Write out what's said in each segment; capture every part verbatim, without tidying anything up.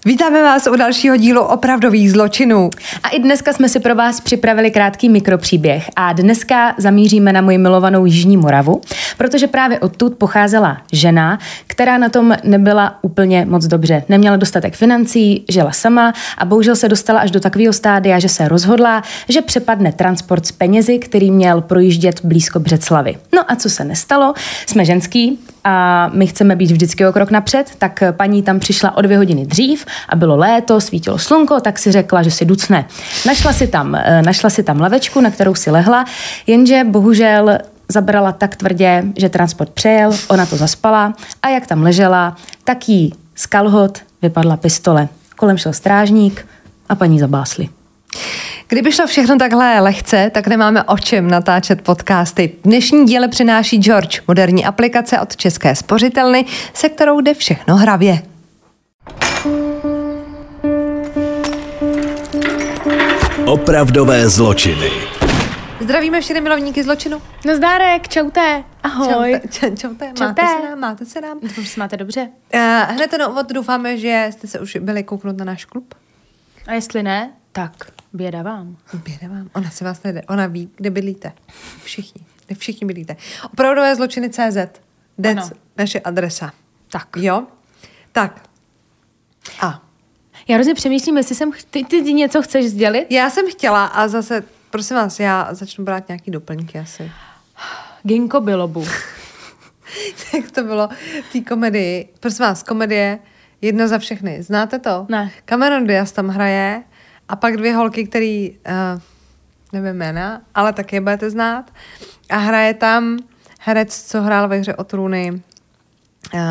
Vítáme vás u dalšího dílu opravdových zločinů. A i dneska jsme si pro vás připravili krátký mikropříběh a dneska zamíříme na moji milovanou Jižní Moravu, protože právě odtud pocházela žena, která na tom nebyla úplně moc dobře. Neměla dostatek financí, žila sama a bohužel se dostala až do takového stádia, že se rozhodla, že přepadne transport s penězi, který měl projíždět blízko Břeclavi. No a co se nestalo? Jsme ženský a my chceme být vždycky o krok napřed, tak paní tam přišla o dvě hodiny dřív a bylo léto, svítilo slunko, tak si řekla, že si ducne. Našla si tam, našla si tam lavečku, na kterou si lehla, jenže bohužel zabrala tak tvrdě, že transport přejel, ona to zaspala a jak tam ležela, tak jí z kalhot vypadla pistole. Kolem šel strážník a paní zabásli. Kdyby šlo všechno takhle lehce, tak nemáme o čem natáčet podcasty. Dnešní díle přináší George, moderní aplikace od České spořitelny, se kterou jde všechno hravě. Opravdové zločiny. Zdravíme všechny milovníky zločinu. Nazdárek, čauté, ahoj. Čaute, čaute, Čauté. máte se nám, máte se nám. Doufám, že se máte dobře. Uh, hned na úvod doufáme, že jste se už byli kouknout na náš klub. A jestli ne, tak běda vám. Běda vám, ona se vás nejde, ona ví, kde bydlíte. Všichni, kde všichni bydlíte. Opravdové zločiny tečka cé zet, that's naše adresa. Tak. Jo? Tak. A. Já hrozně přemýšlím, jestli jsem, ty, ty něco chceš sdělit? Já jsem chtěla a zase, prosím vás, já začnu brát nějaký doplňky asi. Ginkgo bilobu. Tak to bylo v té komedii. Prosím vás, komedie Jedna za všechny. Znáte to? Ne. Cameron Diaz tam hraje a pak dvě holky, který, uh, nevím jména, ale taky budete znát. A hraje tam herec, co hrál ve hře o trůny. Uh,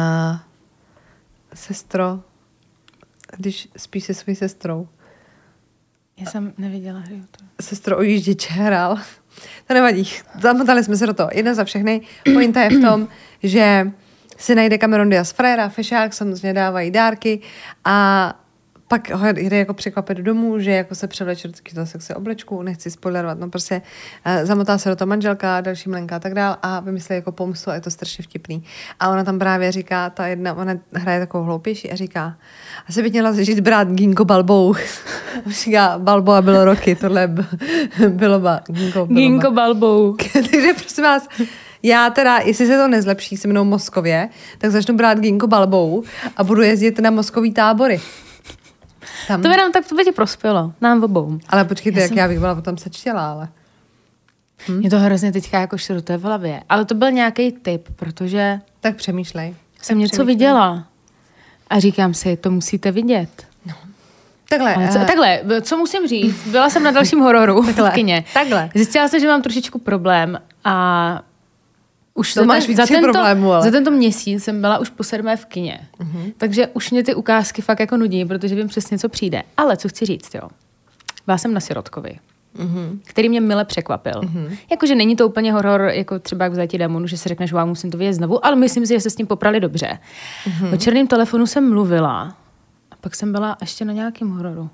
sestro, když spíš se svojí sestrou. Já jsem neviděla hru. Sestro Ojížděče hrál. To nevadí. Zamotali jsme se do toho. Jedna za všechny. Pointa je v tom, že si najde Cameron Diaz frajera, fešák, samozřejmě dávají dárky a pak ho jde jako překvapit domů, že jako se převleče do takového sexy oblečku, nechci spoilerovat, no prostě uh, zamotá se do toho manželka, další mlenka a tak dál a vymyslí jako pomstu a je to strašně vtipný. A ona tam právě říká, ta jedna, ona hraje takovou hloupější a říká, asi bych měla žít brát Ginkgo Balbou. Říká, Balboa bylo roky, tohle bylo ba, Ginkgo Biloba. Ginkgo Balbou. Takže prosím vás, já teda, jestli se to nezlepší se mnou Moskově, tak začnu brát Ginkgo Balbou a budu jezdit na moskový tábory. Tam. To by nám tak to by ti prospělo, nám obou. Ale počkejte, já jak jsem... já bych byla potom sečtěla, ale... Hm? Mě to hrozně teďka jako šrotuje v hlavě. Ale to byl nějaký tip, protože... Tak přemýšlej. Jsem tak něco přemýšlej. viděla a říkám si, to musíte vidět. No. Takhle. Ale co, uh... takhle, co musím říct? Byla jsem na dalším hororu takhle, v kině. Takhle. Zjistila jsem, že mám trošičku problém a už to za, máš ten, za, tento, problémů, ale. za tento měsíc jsem byla už po sedmé v kině. Uh-huh. Takže už mě ty ukázky fakt jako nudí, protože vím přesně, co přijde. Ale co chci říct, jo. Byla jsem na Sirotkovi, uh-huh. který mě mile překvapil. Uh-huh. Jakože není to úplně horor, jako třeba jak v Zlatí démonu, že si řekneš, wow, musím to vidět znovu, ale myslím si, že se s tím poprali dobře. Uh-huh. O Černém telefonu jsem mluvila a pak jsem byla ještě na nějakém hororu.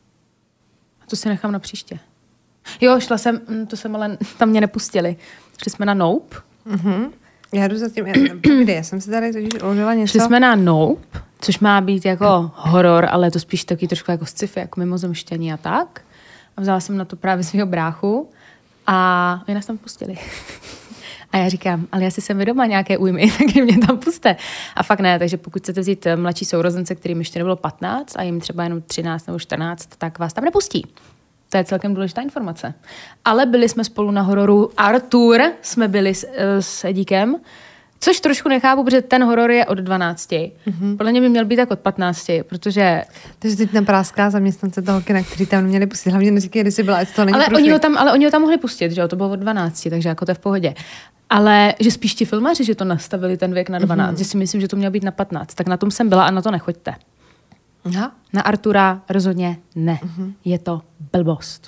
A to si nechám na příště. Jo, šla jsem, to jsem ale, tam mě nepustili. Šli jsme na Nope. Uh-huh. Já jdu za tím, já, já jsem se tady totiž uložila něco. Šli jsme na Nope, což má být jako horor, ale je to spíš taky trošku jako sci-fi, jako mimozemštění a tak. A vzala jsem na to právě svého bráchu a my nás tam pustili. A já říkám, ale já si jsem vědoma nějaké újmy, tak mě tam puste. A fakt ne, takže pokud chcete vzít mladší sourozence, kterým ještě nebylo patnáct a jim třeba jenom třináct nebo čtrnáct, tak vás tam nepustí. To je celkem důležitá informace. Ale byli jsme spolu na hororu Artur, jsme byli s, s Edíkem, což trošku nechápu, protože ten horor je od dvanácti. Mm-hmm. Podle mě by měl být tak od patnácti, protože... Takže teď napráská zaměstnance toho kina, který tam neměli pustit. Hlavně neříkej, kdy jsi byla, ať to není ale průšvih. oni, ho tam, ale oni ho tam mohli pustit, že jo? To bylo od dvanácti, takže jako to je v pohodě. Ale že spíš ti filmaři, že to nastavili ten věk na dvanáct, mm-hmm. že si myslím, že to mělo být na patnáct. Tak na tom jsem byla a na to nechoďte. Aha. Na Artura rozhodně ne. Mm-hmm. Je to blbost.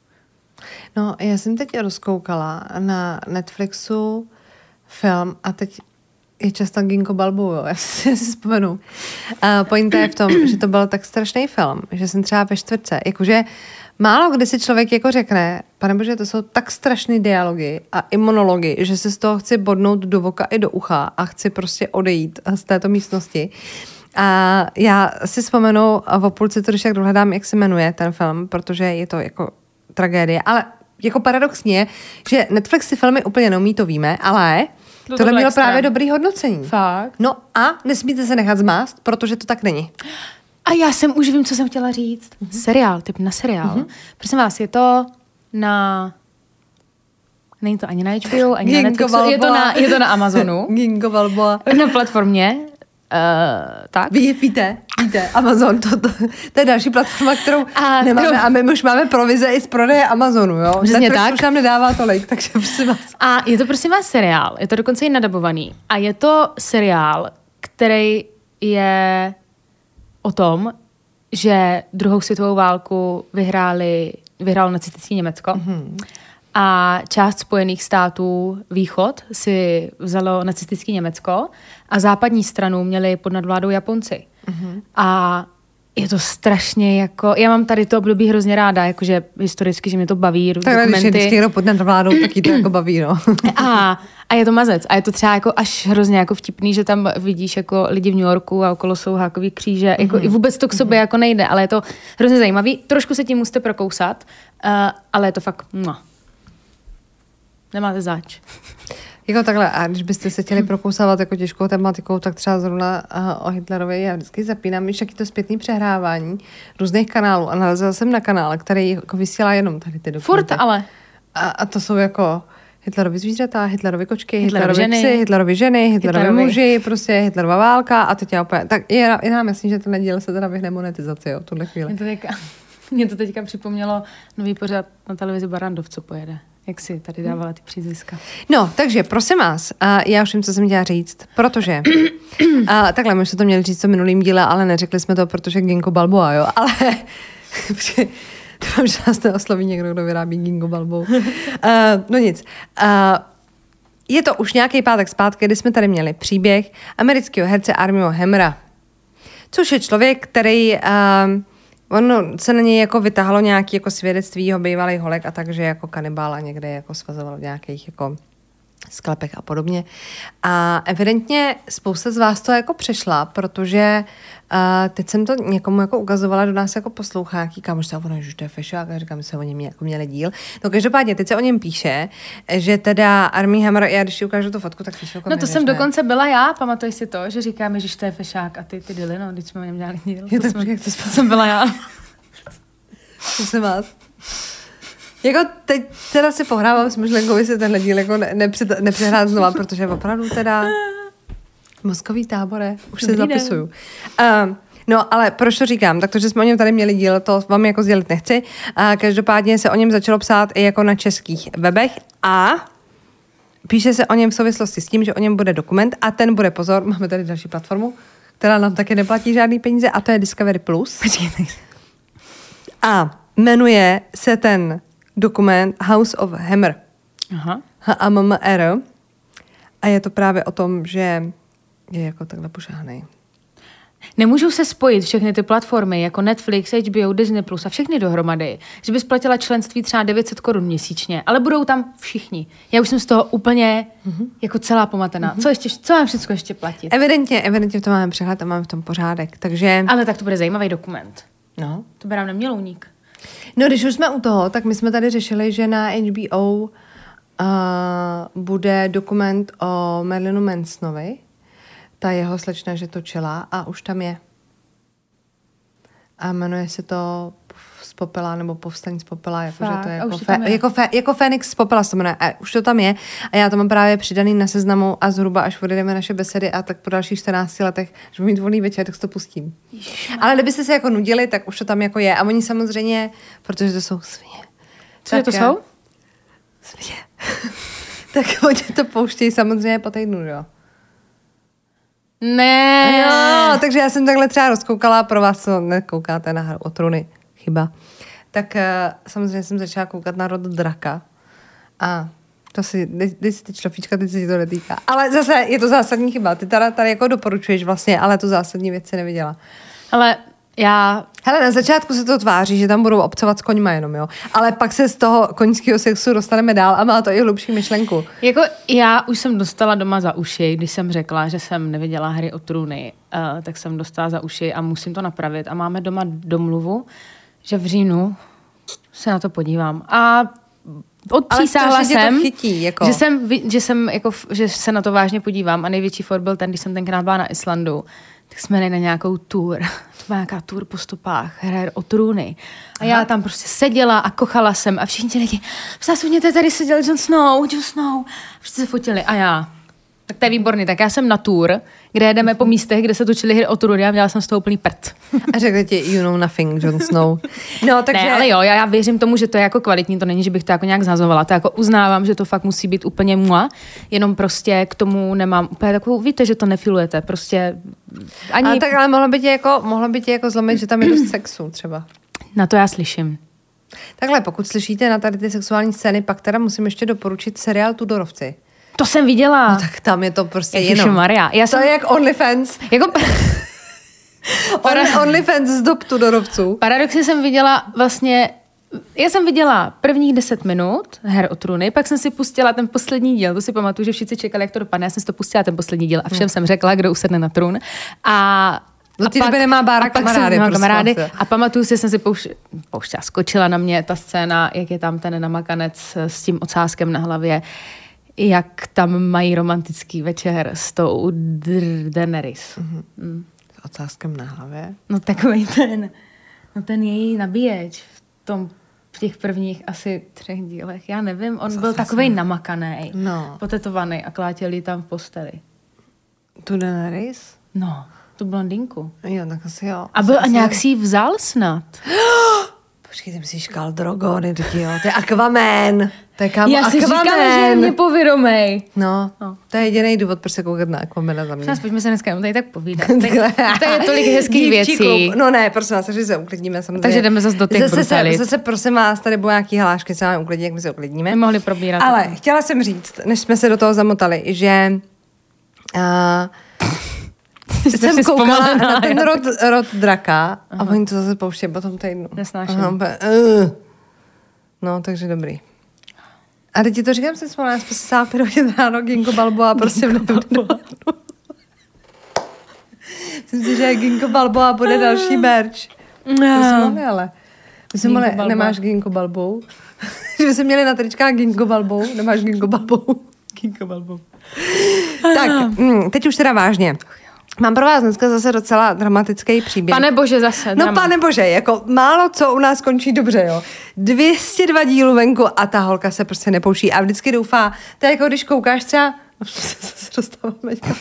No, já jsem teď rozkoukala na Netflixu film a teď je často Ginkgo Balbou, jo, já si, já si vzpomenu. A pointa je v tom, že to byl tak strašný film, že jsem třeba ve čtvrtce, jakože málo kdy si člověk jako řekne, panebože, to jsou tak strašný dialogy a i monology, že se z toho chci bodnout do voka i do ucha a chci prostě odejít z této místnosti. A já si vzpomenu, a v půlce to, když tak dohledám, jak se jmenuje ten film, protože je to jako tragédie, ale jako paradoxně, že Netflix ty filmy úplně neumí, to víme, ale to tohle mělo extrém. Právě dobrý hodnocení. Fakt? No a nesmíte se nechat zmást, protože to tak není. A já jsem už vím, co jsem chtěla říct. Mm-hmm. Seriál, typ na seriál. Mm-hmm. Prosím vás, je to na... Není to ani na H B O, ani Gingo na Netflixu. Balboa. Je to na, je to na Amazonu. Gingo Balboa. Na platformě. Uh, tak. Vy víte, víte, Amazon, to, to, to je další platforma, kterou a, nemáme kterou... a my už máme provize i z prodeje Amazonu, jo? Přesně Netflix tak. už nám nedává tolik, takže prosím vás. A je to prosím vás seriál, je to dokonce i nadabovaný. A je to seriál, který je o tom, že druhou světovou válku vyhráli, vyhrálo nacistické Německo. Mm-hmm. A část Spojených států východ si vzalo nacistické Německo a západní stranu měli pod nadvládou Japonci. Mm-hmm. A je to strašně jako... Já mám tady to období hrozně ráda, jakože historicky, že mě to baví. Tak dokumenty. Když je vždycky někdo pod nadvládou, taky to jako baví, no. A, a je to mazec. A je to třeba jako až hrozně jako vtipný, že tam vidíš jako lidi v New Yorku a okolo jsou hákový kříže. Mm-hmm. Jako, i vůbec to k sobě mm-hmm. jako nejde, ale je to hrozně zajímavý. Trošku se tím musíte prokousat, uh, ale je to fakt... No. Nemáte zač. Jako takhle, a když byste se chtěli prokousávat jako těžkou tematikou, tak třeba zrovna uh, o Hitlerovi já vždycky zapínám víš, jaký to zpětný přehrávání různých kanálů a narazila jsem na kanál, který jako vysílá jenom tady ty dokumenty. Furt ale. A, a to jsou jako Hitlerovi zvířata, Hitlerovi kočky, Hitlerovi Hitlerovi ženy, psy, Hitlerovi ženy, Hitlerovi, Hitlerovi muži, prostě Hitlerova válka a teď já opět. Tak je, je nám jasný, že ten díl se teda vyhne monetizaci, jo, tuhle chvíli. Mě to teďka, mě to teďka připomnělo nový pořad na televizi Barrandov, co pojede. Jak si tady dávala ty přízviska. No, takže prosím vás, uh, já už vím, co jsem chtěla říct, protože uh, takhle, my jsme to měli říct v minulým díle, ale neřekli jsme to, protože Gingo Balboa, jo, ale doufám, že nás neosloví někdo, kdo vyrábí Gingo Balboa. Uh, no nic. Uh, je to už nějaký pátek zpátky, kdy jsme tady měli příběh amerického herce Armieho Hammera, což je člověk, který... Uh, Ono se na něj jako vytahalo nějaké jako svědectví jeho bývalý holek a takže jako kanibála někde jako svazoval v nějakých jako sklepech a podobně. A evidentně spousta z vás to jako přešla, protože uh, teď jsem to někomu jako ukazovala, do nás jako poslouchá, jaký kámoš se ono, že to je fešák, a říkám, se o něm jako měli díl. No každopádně, teď se o něm píše, že teda Armie Hammer, já když ti ukážu tu fotku, tak píšu jako no to jsem dokonce byla já, pamatuješ si to, že říkáme, že to je fešák a ty ty dily, no, když jsme o něm dělali díl. Je to, to, jsme, to, to jsem byla já. To jsem vás. Jako teď teda si pohrávám s myšlenkou, jestli tenhle díl jako ne, nepřed, nepřehrát znova, protože opravdu teda mozkový tábore, už se zapisuju. Uh, no, ale proč to říkám? Tak to, že jsme o něm tady měli díl, to vám jako sdělit nechci. Uh, každopádně se o něm začalo psát i jako na českých webech a píše se o něm v souvislosti s tím, že o něm bude dokument a ten bude, pozor, máme tady další platformu, která nám taky neplatí žádný peníze a to je Discovery Plus. Počkejte. A jmenuje se ten dokument House of Hammer. Aha. H A M M R. A je to právě o tom, že je jako takhle pošáhnej. Nemůžou se spojit všechny ty platformy, jako Netflix, H B O, Disney Plus a všechny dohromady, že bys platila členství třeba devět set korun měsíčně, ale budou tam všichni. Já už jsem z toho úplně mm-hmm. jako celá pomatená. Mm-hmm. Co ještě, co mám všechno ještě platit? Evidentně, evidentně v tom máme přehled a máme v tom pořádek, takže... Ale tak to bude zajímavý dokument. No. To by nám nemělo unik. No, když už jsme u toho, tak my jsme tady řešili, že na H B O uh, bude dokument o Marilynu Mansonovi. Ta jeho slečna, že točila a už tam je. A jmenuje se to z popela nebo povstaň z popela, jakože to je jako, fe, jako, fe, jako Fénix z popela se jmenuje. A už to tam je a já to mám právě přidaný na seznamu a zhruba až odjedeme naše besedy a tak po dalších čtrnácti letech, až budu mít volný večer, tak si to pustím. Ježiš, ale kdybyste se jako nudili, tak už to tam jako je. A oni samozřejmě, protože to jsou svině. Co je to jsou? Svině. Tak oni to pouštějí samozřejmě po týdnu, jo. Ne. Jo, takže já jsem takhle třeba rozkoukala, pro vás, co nekoukáte na Hru o trůny, chyba. Tak uh, samozřejmě jsem začala koukat na Rod draka. A to si, dej, dej si ty člofíčka, teď se ti to netýká. Ale zase je to zásadní chyba. Ty tady, tady jako doporučuješ vlastně, ale tu zásadní věc si neviděla. Ale já Hele, na začátku se to tváří, že tam budou obcovat s koňma jenom, jo. Ale pak se z toho koňského sexu dostaneme dál a má to i hlubší myšlenku. Jako já už jsem dostala doma za uši, když jsem řekla, že jsem neviděla Hry o trůny, uh, tak jsem dostala za uši a musím to napravit. A máme doma domluvu, že v říjnu se na to podívám. A odpřísáhla jsem, chytí, jako. že, jsem, že, jsem jako, že se na to vážně podívám a největší for byl ten, když jsem tenkrát byla na Islandu, tak jsme jeli na nějakou tour. To byla nějaká tour po stopách Her o trůny. A já tam prostě seděla a kochala jsem a všichni ti lidi, zásudněte, tady seděl Jon Snow, Jon Snow. Všichni se fotili a já. Tak to je výborný. Tak já jsem na tour, kde jedeme po místech, kde se točily Hry o trůny a měla jsem z toho úplný prd. A řekla ti, you know nothing, Jon Snow. No, takže... Ne, ale jo, já, já věřím tomu, že to je jako kvalitní, to není, že bych to jako nějak zhazovala. To jako uznávám, že to fakt musí být úplně mua, jenom prostě k tomu nemám úplně takovou, víte, že to nefilujete, prostě ani... Ale tak ale mohlo by tě jako, mohlo by tě jako zlomit, že tam je dost sexu třeba. Na to já slyším. Takhle, pokud slyšíte na tady ty sexuální scény, pak teda musím ještě doporučit seriál Tudorovci. To jsem viděla. No tak tam je to prostě Ježiši jenom. Maria. Já to jsem... je jak OnlyFans. Jako... On, OnlyFans z dob Tudorovců. Paradoxně jsem viděla vlastně... Já jsem viděla prvních deset minut Her o trůny, pak jsem si pustila ten poslední díl, to si pamatuju, že všichni čekali, jak to dopadne, já jsem si to pustila ten poslední díl a všem jsem řekla, kdo usedne na trůn. A do té doby nemá Bára kamarády. Jsem, kamarády a pamatuju si, že jsem si pouš, pouštěla, skočila na mě ta scéna, jak je tam ten namakanec s tím ocáskem na hlavě, jak tam mají romantický večer s tou Daenerys. Mm-hmm. Mm. S ocáskem na hlavě? No takový ten, no ten její nabíječ v tom v těch prvních asi třech dílech. Já nevím, on byl takovej namakaný, no. potetovaný a klátěli tam v posteli. Tu Daenerys? No, tu blondýnku. Jo, tak asi jo. A byl a nějak si ji vzal snad. Počkej, ty myslíš Khal Drogo, to jo. To je Aquaman. To je kámo Já si Aquaman. říkám, že je mě povědomej. No, no, to je jediný důvod, proč se koukat na Aquamana za mě. Nás pojďme se dneska tady tak povídat. To je tolik hezkých věcí. No ne, prosím vás, takže se uklidníme samozřejmě. Takže jdeme zase do těch zase brutalit. Se, zase prosím vás, tady budou nějaký hlášky, co máme uklidnit, jak my se uklidníme. My mohli probírat. Ale to. Chtěla jsem říct, než jsme se do toho zamotali, že... Uh, jsem koukala na ten rod, rod draka. Aha. A oni to zase pouště potom týdnu. Nesnáším. Aha, uh. No, takže dobrý. A teď ti to říkám, jsem smolná, jsme se sápy hodit ráno, Ginkgo Balboa, prosím, nebudu. Myslím si, že Ginkgo Balboa bude další merch. No. Ale. Myslím, ale nemáš Ginkgo Balbou? Že by se měli na tričkách Ginkgo Balbou, nemáš Ginkgo Balbou. Ginkgo Balbou. Tak, hm, teď už teda vážně. Mám pro vás dneska zase docela dramatický příběh. Pane bože, zase. No drama. pane bože, jako málo co u nás končí dobře, jo. dvě stě dva dílů venku a ta holka se prostě nepouší a vždycky doufá, to je jako když koukáš třeba, no se zase dostáváme to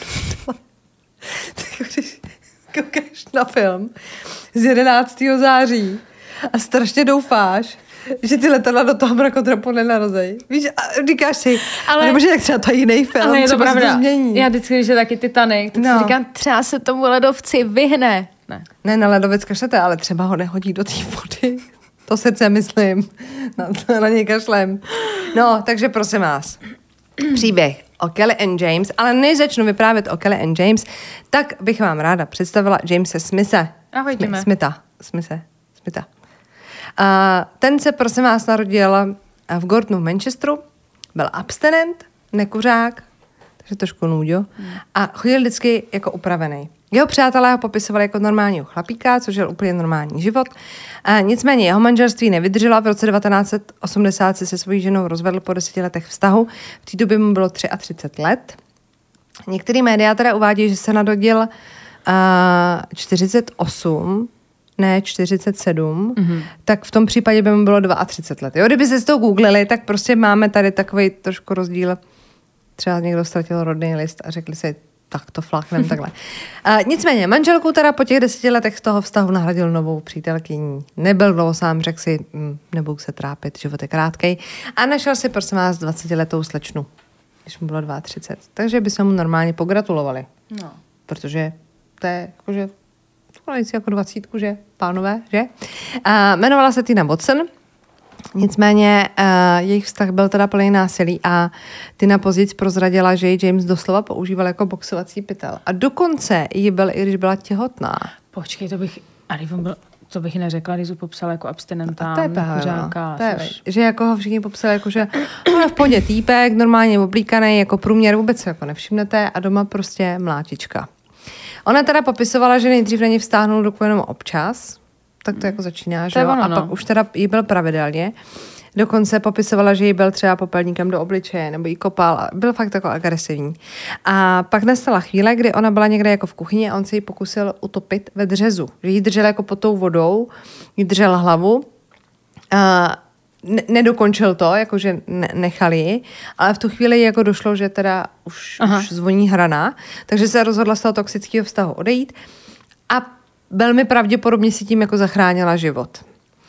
je jako když koukáš na film z jedenáctého září a strašně doufáš, že ty letadla do toho mrakodrapu nenarozej. Víš, a říkáš si, ale, nebo že tak třeba to je jiný film, ale je to třeba se to změní. Já vždycky, když je taky Titanic, tak no. si říkám, třeba se tomu ledovci vyhne. Ne, ne na ledovec kašlete, ale třeba ho nehodí do té vody. To srdce myslím. Na, na něj kašlem. No, takže prosím vás. Příběh o Kelly and James, ale než začnu vyprávět o Kelly and James, tak bych vám ráda představila Jamese Smithe. Ahoj, Smi- Smitha. Smithe. Smitha. Uh, ten se, prosím vás, narodil v Gordonu v Manchesteru, byl abstinent, nekuřák, takže trošku nůďo, a chodil vždycky jako upravený. Jeho přátelé ho popisovali jako normálního chlapíka, což byl úplně normální život. Uh, nicméně jeho manželství nevydrželo a v roce devatenáct osmdesát se se svojí ženou rozvedl po deseti letech vztahu. V té době mu bylo třicet tři let. Některý média teda uvádí, že se narodil uh, čtyřicet osm, ne čtyřicet sedm, mm-hmm. tak v tom případě by mu bylo třicet dva let. Jo? Kdyby se s toho googlili, tak prostě máme tady takový trošku rozdíl. Třeba někdo ztratil rodný list a řekli si, tak to fláknem takhle. Uh, nicméně, manželku teda po těch deseti letech z toho vztahu nahradil novou přítelkyní. Nebyl dlouho sám, řekl si, hm, nebudu se trápit, život je krátkej. A našel si, prosím vás, dvacetiletou slečnu, když mu bylo třicet dva. Takže by se mu normálně pogratulovali. No. Protože to je jakože si jako dvacítku, že? Pánové, že? Uh, jmenovala se Tina Watson, nicméně uh, jejich vztah byl teda plný násilí a Tina později prozradila, že ji James doslova používal jako boxovací pytel. A dokonce jí byl, i když byla těhotná. Počkej, to bych... A když on byl, to bych neřekla, když ho popsal jako abstinenta, to je nekuřáka. to je, že jako ho všichni popsali, jako že on je v pohodě týpek, normálně oblíkaný, jako průměr, vůbec se jako nevšimnete a doma prostě mlátička. Ona teda popisovala, že nejdřív na ně vztáhnul ruku jenom občas, tak to jako začíná, že jo? ono, A no. pak už teda jí byl pravidelně. Dokonce popisovala, že jí byl třeba popelníkem do obličeje, nebo jí kopal. Byl fakt jako agresivní. A pak nastala chvíle, kdy ona byla někde jako v kuchyni a on se jí pokusil utopit ve dřezu. Že jí držel jako pod tou vodou, jí držel hlavu. A ne- nedokončil to, jakože ne- nechal ji, ale v tu chvíli jako došlo, že teda už, už zvoní hrana, takže se rozhodla z toho toxického vztahu odejít a velmi pravděpodobně si tím jako zachránila život.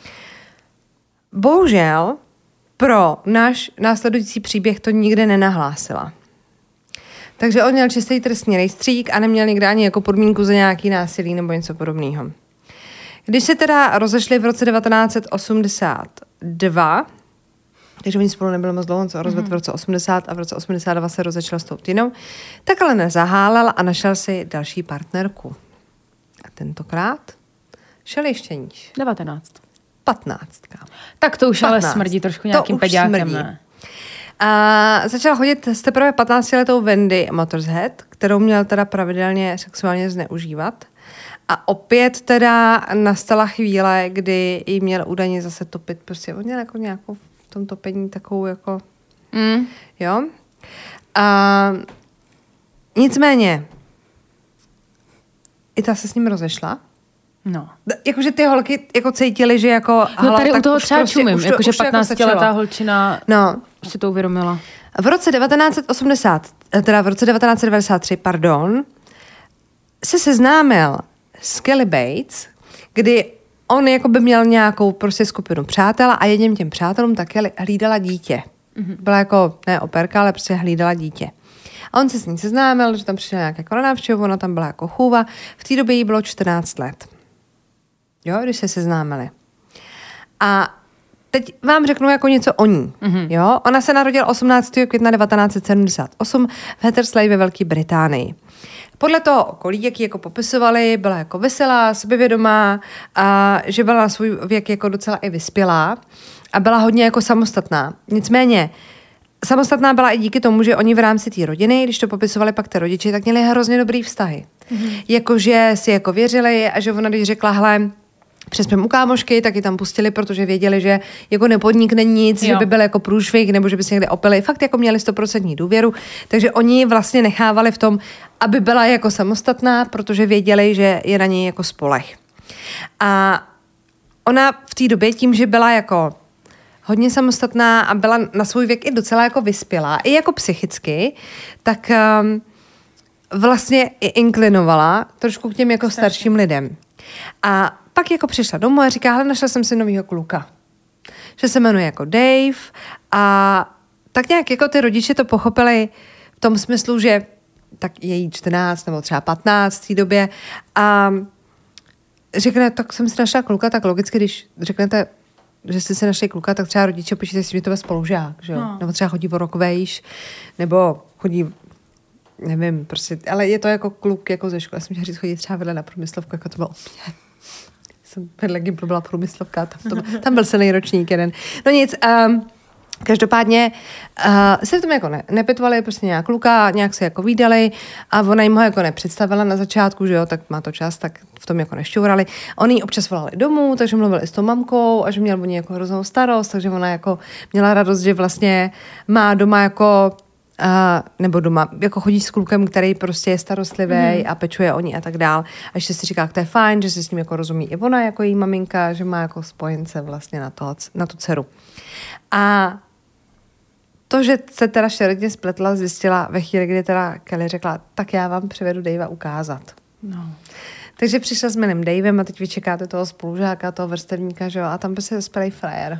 Bohužel pro náš následující příběh to nikdy nenahlásila. Takže on měl čistý trestní rejstřík a neměl nikdy ani jako podmínku za nějaký násilí nebo něco podobného. Když se teda rozešli v roce devatenáct set osmdesát dva, takže oni spolu nebyli moc dlouho, co rozvedl v roce osmdesát a v roce osmdesát dva se rozešel s tou Tinou, tak ale nezahálel a našel si další partnerku. A tentokrát šel ještě níž. devatenáct. patnáctka. Tak to už patnáct. ale smrdí trošku nějakým peďákem, ne? A začala chodit s teprve patnáctiletou Wendy Mothershead, kterou měl teda pravidelně sexuálně zneužívat. A opět teda nastala chvíle, kdy jí měl údajně zase topit. Prostě on měl jako nějakou v tom topení takovou jako... Mm. Jo? A nicméně i ta se s ním rozešla. No. Jakože ty holky jako cítily, že jako... No hala, tady tak u toho už třeba prostě, čumím, už to- jakože už to jako patnáctiletá stačilo. holčina No. si to uvědomila. V roce devatenáct set osmdesát, teda v roce devatenáct set devadesát tři, pardon, se seznámil s Kelly Bates, kdy on jako by měl nějakou prostě skupinu přátel a jedním těm přátelům taky hlídala dítě. Mm-hmm. Byla jako, ne operka, ale prostě hlídala dítě. A on se s ní seznámil, že tam přišel nějak jako na návštěvu, ona tam byla jako chůva. V té době jí bylo čtrnáct let. Jo, když se seznámili. A teď vám řeknu jako něco o ní. Mm-hmm. Jo? Ona se narodila osmnáctého května devatenáct set sedmdesát osm v Hattersley ve Velké Británii. Podle toho okolí, jak ji jako popisovali, byla jako veselá, sebevědomá a že byla na svůj věk jako docela i vyspělá a byla hodně jako samostatná. Nicméně samostatná byla i díky tomu, že oni v rámci té rodiny, když to popisovali pak ty rodiče, tak měli hrozně dobrý vztahy. Mm-hmm. Jakože si jako věřili a že ona, když řekla, hele, přespím u kámošky, tak ji tam pustili, protože věděli, že jako nepodnikne nic, jo. Že by byl jako průšvih, nebo že by se někde opili. Fakt jako měli sto procent důvěru, takže oni vlastně nechávali v tom, aby byla jako samostatná, protože věděli, že je na něj jako spoleh. A ona v té době tím, že byla jako hodně samostatná a byla na svůj věk i docela jako vyspělá, i jako psychicky, tak um, vlastně i inklinovala trošku k těm jako starším lidem. A pak jako přišla domů a říká, hele, našla jsem si novýho kluka. Že se jmenuje jako Dave a tak nějak jako ty rodiče to pochopili v tom smyslu, že tak je jí čtrnáct nebo třeba patnáct v té době a řekne, tak jsem si našla kluka, tak logicky, když řeknete, že jste si našli kluka, tak třeba rodiče počítají si, že to je spolužák, že jo? No. Nebo třeba chodí o rok vejš, nebo chodí, nevím, prostě, ale je to jako kluk jako ze školy. Já jsem chtěla říct, chodí třeba vedle na průmyslovku, jako to bylo mě. Jsem vedle Gimplu byla průmyslovka, tam, to, tam byl silný ročník jeden. No nic, um, každopádně uh, se v tom jako ne, nepitvali, prostě nějak kluka, nějak se jako vídali a ona jim ho jako nepředstavila na začátku, že jo, tak má to čas, tak v tom jako nešťourali. Oni ji občas volali domů, takže mluvili s tou mamkou a že měl o ní jako hroznou starost, takže ona jako měla radost, že vlastně má doma jako Uh, nebo doma, jako chodí s klukem, který prostě je starostlivý mm. a pečuje o ní a tak dál. A ještě si říká, že to je fajn, že si s ním jako rozumí i ona, jako její maminka, že má jako spojence vlastně na, to, na tu dceru. A to, že se teda šeredně spletla, zjistila ve chvíli, kdy teda Kelly řekla, tak já vám přivedu Davea ukázat. No. Takže přišla s jménem Davem a teď vy čekáte toho spolužáka, toho vrstevníka, že jo, a tam prostě zaspalej frajer.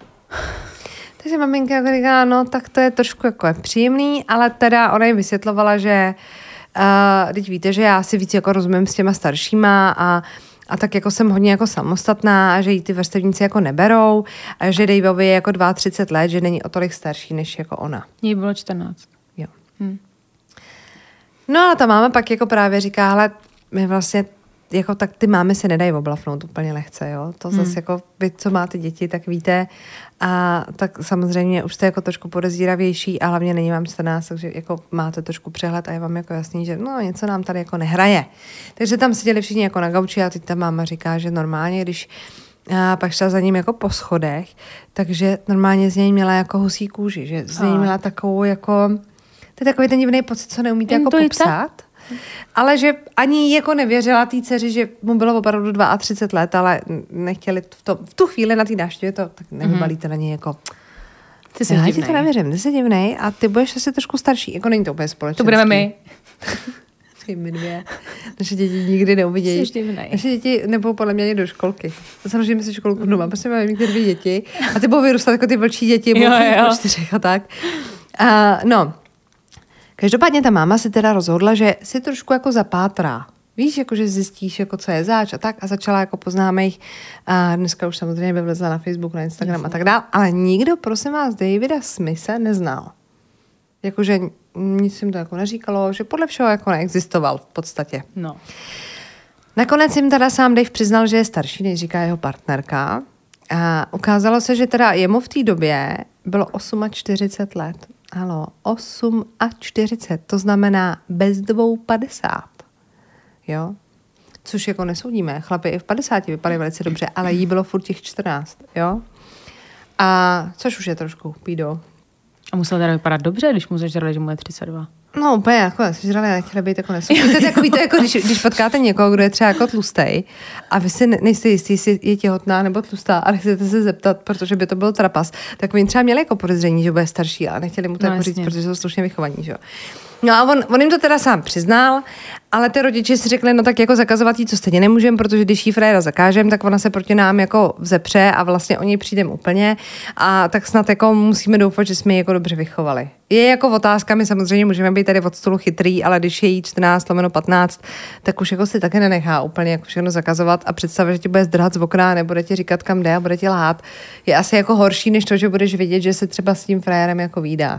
Takže maminka jako říká, no tak to je trošku jako příjemný, ale teda ona jim vysvětlovala, že uh, teď víte, že já si víc jako rozumím s těma staršíma a, a tak jako jsem hodně jako samostatná a že jí ty vrstevníci jako neberou a že Daveovi je jako třicet dva let, že není o tolik starší než jako ona. Jí bylo čtrnáct. Jo. Hmm. No a ta máma pak jako právě říká, hele, my vlastně jako tak ty mámy se nedají oblafnout úplně lehce, jo. To zase Hmm. jako vy, co máte děti, tak víte. A tak samozřejmě už jste jako trošku podezíravější a hlavně není vám čtrnáct, takže jako máte trošku přehled a je vám jako jasný, že no něco nám tady jako nehraje. Takže tam seděli všichni jako na gauči a teď ta máma říká, že normálně, když a pak šla za ním jako po schodech, takže normálně z něj měla jako husí kůži, že z něj měla takovou jako, to je takový ten divný pocit, co neumíte jako popsat. Ale že ani jako nevěřila té dceři, že mu bylo opravdu třicet dva let, ale nechtěli v, to, v tu chvíli na té návštěvě to tak nevybalíte mm-hmm. na něj jako ty jsi já divnej. ti to nevěřím, ty jsi divnej a ty budeš asi trošku starší, jako není to úplně společenský. To budeme my. My dvě. Naše děti nikdy neuvidějí. Naše děti nebudou podle mě ani do školky. Samozřejmě si školku doma, prostě máme mít ty dvě děti a ty budou vyrůstat jako ty vlčí děti, budou po čtyřech a tak. Uh, no, každopádně ta máma si teda rozhodla, že si trošku jako zapátrá. Víš, jako že zjistíš, jako co je zač a tak a začala jako poznáme jich. A dneska už samozřejmě by vlezla na Facebook, na Instagram Jasně. a tak dál. Ale nikdo, prosím vás, Davida Smithe neznal. Jakože nic jim to jako neříkalo, že podle všeho jako neexistoval v podstatě. No. Nakonec jim teda sám Dave přiznal, že je starší, než říká jeho partnerka. A ukázalo se, že teda jemu v té době bylo čtyřicet osm let. Halo, čtyřicet osm, to znamená bez dvou padesát. Jo? Což jako nesoudíme. Chlapi i v padesáti vypadají velice dobře, ale jí bylo furt těch čtrnáct. Jo? A což už je trošku pído. A musel teda vypadat dobře, když mu zažrali, že mu je třicet dva. No úplně jako sežrali, ale nechtěli být jako nesouhlasný. To je takový to, jako když, když potkáte někoho, kdo je třeba jako tlustej a vy si nejste jistý, jestli je těhotná nebo tlustá a nechcete se zeptat, protože by to byl trapas, tak my třeba měli jako podezření, že bude starší, ale nechtěli mu to no, jako říct, protože jsou slušně vychovaní. Že? No a on, on jim to teda sám přiznal, ale ty rodiče si řekli, no tak jako zakazovat jí to stejně nemůžeme, protože když jí fréra zakážem, tak ona se proti nám jako vzepře a vlastně o něj přijdeme úplně a tak snad jako musíme doufat, že jsme ji jako dobře vychovali. Je jako otázka, my samozřejmě můžeme být tady od stolu chytrý, ale když je jí čtrnáct lomeno patnáct, tak už jako si taky nenechá úplně jako všechno zakazovat a představit, že ti bude zdrhat z okna, nebude ti říkat kam jde a bude ti lhát, je asi jako horší, než to, že budeš vidět, že se třeba s tím frérem jako vídá.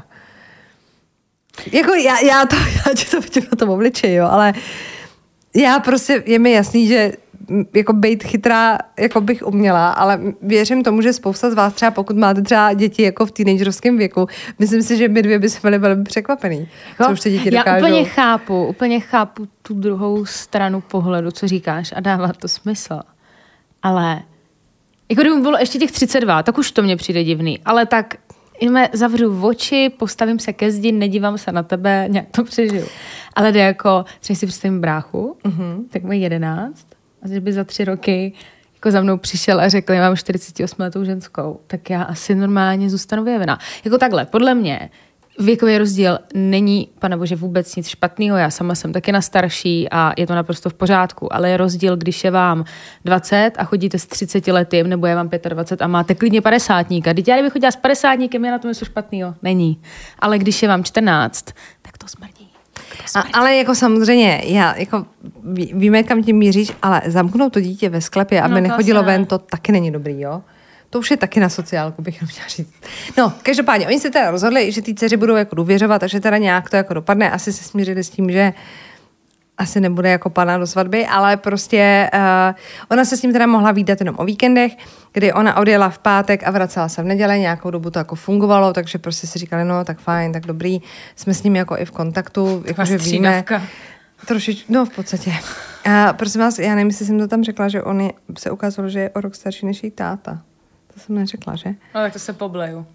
Jako já, já to, já ti to vidím na tom obličeji, jo, ale já prostě, je mi jasný, že jako být chytrá, jako bych uměla, ale věřím tomu, že spousta z vás třeba, pokud máte třeba děti jako v teenagerovském věku, myslím si, že my dvě bychom byli velmi překvapený, jako, co už ty děti já dokážou. Já úplně chápu, úplně chápu tu druhou stranu pohledu, co říkáš a dává to smysl. Ale jako kdyby bylo ještě těch třicet dva, tak už to mně přijde divný, ale tak Jme, zavřu oči, postavím se ke zdi, nedívám se na tebe, nějak to přežiju. Ale jde jako, třeba si představím bráchu, mm-hmm. tak mají jedenáct, a že by za tři roky jako za mnou přišel a řekl, já mám čtyřicetiosmiletou ženskou, tak já asi normálně zůstanu vyjevená. Jako takhle, podle mě věkový rozdíl není, panebože, vůbec nic špatného. Já sama jsem taky na starší a je to naprosto v pořádku, ale je rozdíl, když je vám dvacet a chodíte s třicetiletým, nebo je vám dvacet pět a máte klidně padesátníka. Když já kdybych chodila s padesátníkem, je na tom něco špatného. Není. Ale když je vám čtrnáct, tak to smrdí. To smrdí. A, ale jako samozřejmě, já jako víme, kam tím míříš, ale zamknout to dítě ve sklepě, aby no, nechodilo ven, to taky není dobrý, jo? To už je taky na sociálku, bych chtěla říct. No, každopádně, oni se teda rozhodli, že ty dceři budou jako důvěřovat a že teda nějak to jako dopadne. Asi se smířili s tím, že asi nebude jako pana do svatby, ale prostě uh, ona se s ním teda mohla vídat jenom o víkendech, kdy ona odjela v pátek a vracela se v neděli, nějakou dobu to jako fungovalo, takže prostě si říkali, no tak fajn, tak dobrý, jsme s ním jako i v kontaktu, jakože víme. Trošič, no v podstatě. A prosím vás, já nevím, jestli jsem to tam řekla, že on je, se ukázalo, že je o rok starší než její táta. To jsem neřekla, že? No tak to se pobleju.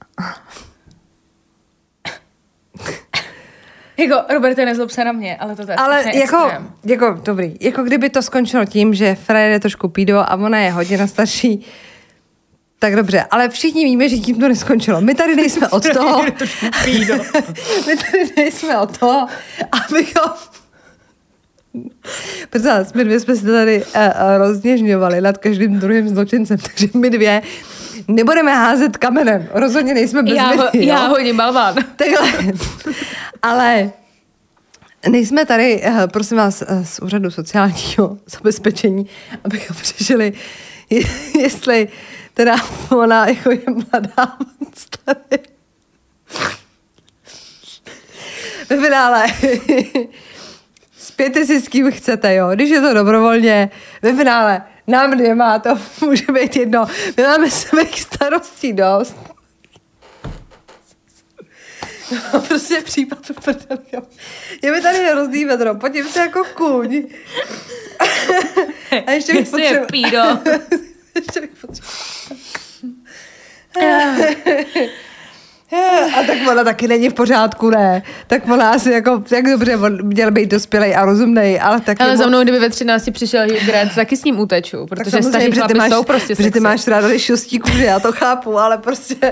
Jako, Roberte, nezlob se na mě, ale to je ale jako, jako, dobrý, jako kdyby to skončilo tím, že Fred je trošku pído a ona je hodně starší, tak dobře, ale všichni víme, že tím to neskončilo. My tady nejsme od toho. My tady nejsme od toho, abychom... Protože my dvě jsme se tady uh, uh, rozněžňovali nad každým druhým zločincem, takže my dvě nebudeme házet kamenem. Rozhodně nejsme bezvědní. Já, já hodně balván. Takhle. Ale nejsme tady, uh, prosím vás, uh, z úřadu sociálního zabezpečení, abychom řešili, jestli teda ona jako je mladá, starý. Ve finále pějte si s kým chcete, jo. Když je to dobrovolně, ve finále nám dvěma to může být jedno. My máme svých starostí dost. No, prostě případ prdel. Je mi tady hrozný vedro, pojďme se jako kůň. A ještě bych potřeba... je pído. ještě bych potřeba... A tak ona taky není v pořádku, ne. Tak ona asi jako, jak dobře, on měl být dospělej a rozumnej, ale taky... Ale za mnou, kdyby ve třinácti přišel Hugh Grant, taky s ním uteču, protože staří chlapi máš, jsou prostě sexy. Protože ty máš ráda šustí kůže, já to chápu, ale prostě...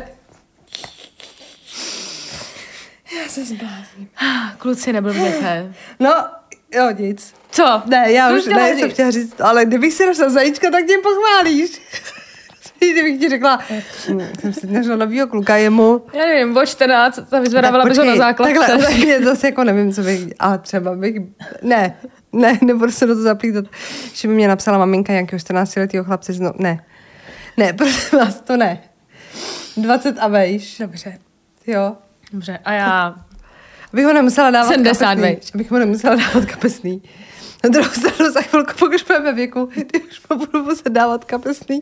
Já se zblázním. Kluci, neblbněte. No, jo, nic. Co? Ne, já Co už ne, jsem chtěla říct, ale kdybych si našla zajíčka, tak tě pochválíš. Kdybych ti řekla, jsem si našla novýho kluka, jemu... Já nevím, o čtrnáct, ta vyzvedávala bych ho na základce. Takhle, tak mě zase jako nevím, co bych... Ale třeba bych... Ne, ne, nebudu se do toho zaplítat. Že by mě napsala maminka nějakého čtrnáctiletého chlapce, no, ne. Ne, prosím vás, to ne. dvacet a vejš. Dobře. Jo. Dobře, a já... Abych ho nemusela dávat sedmdesát kapesný. vejš. Abych ho nemusela dávat kapesný. Na druhou stranu za chvilku, pokud budeme ve věku, kdy už budu muset dávat kapesný.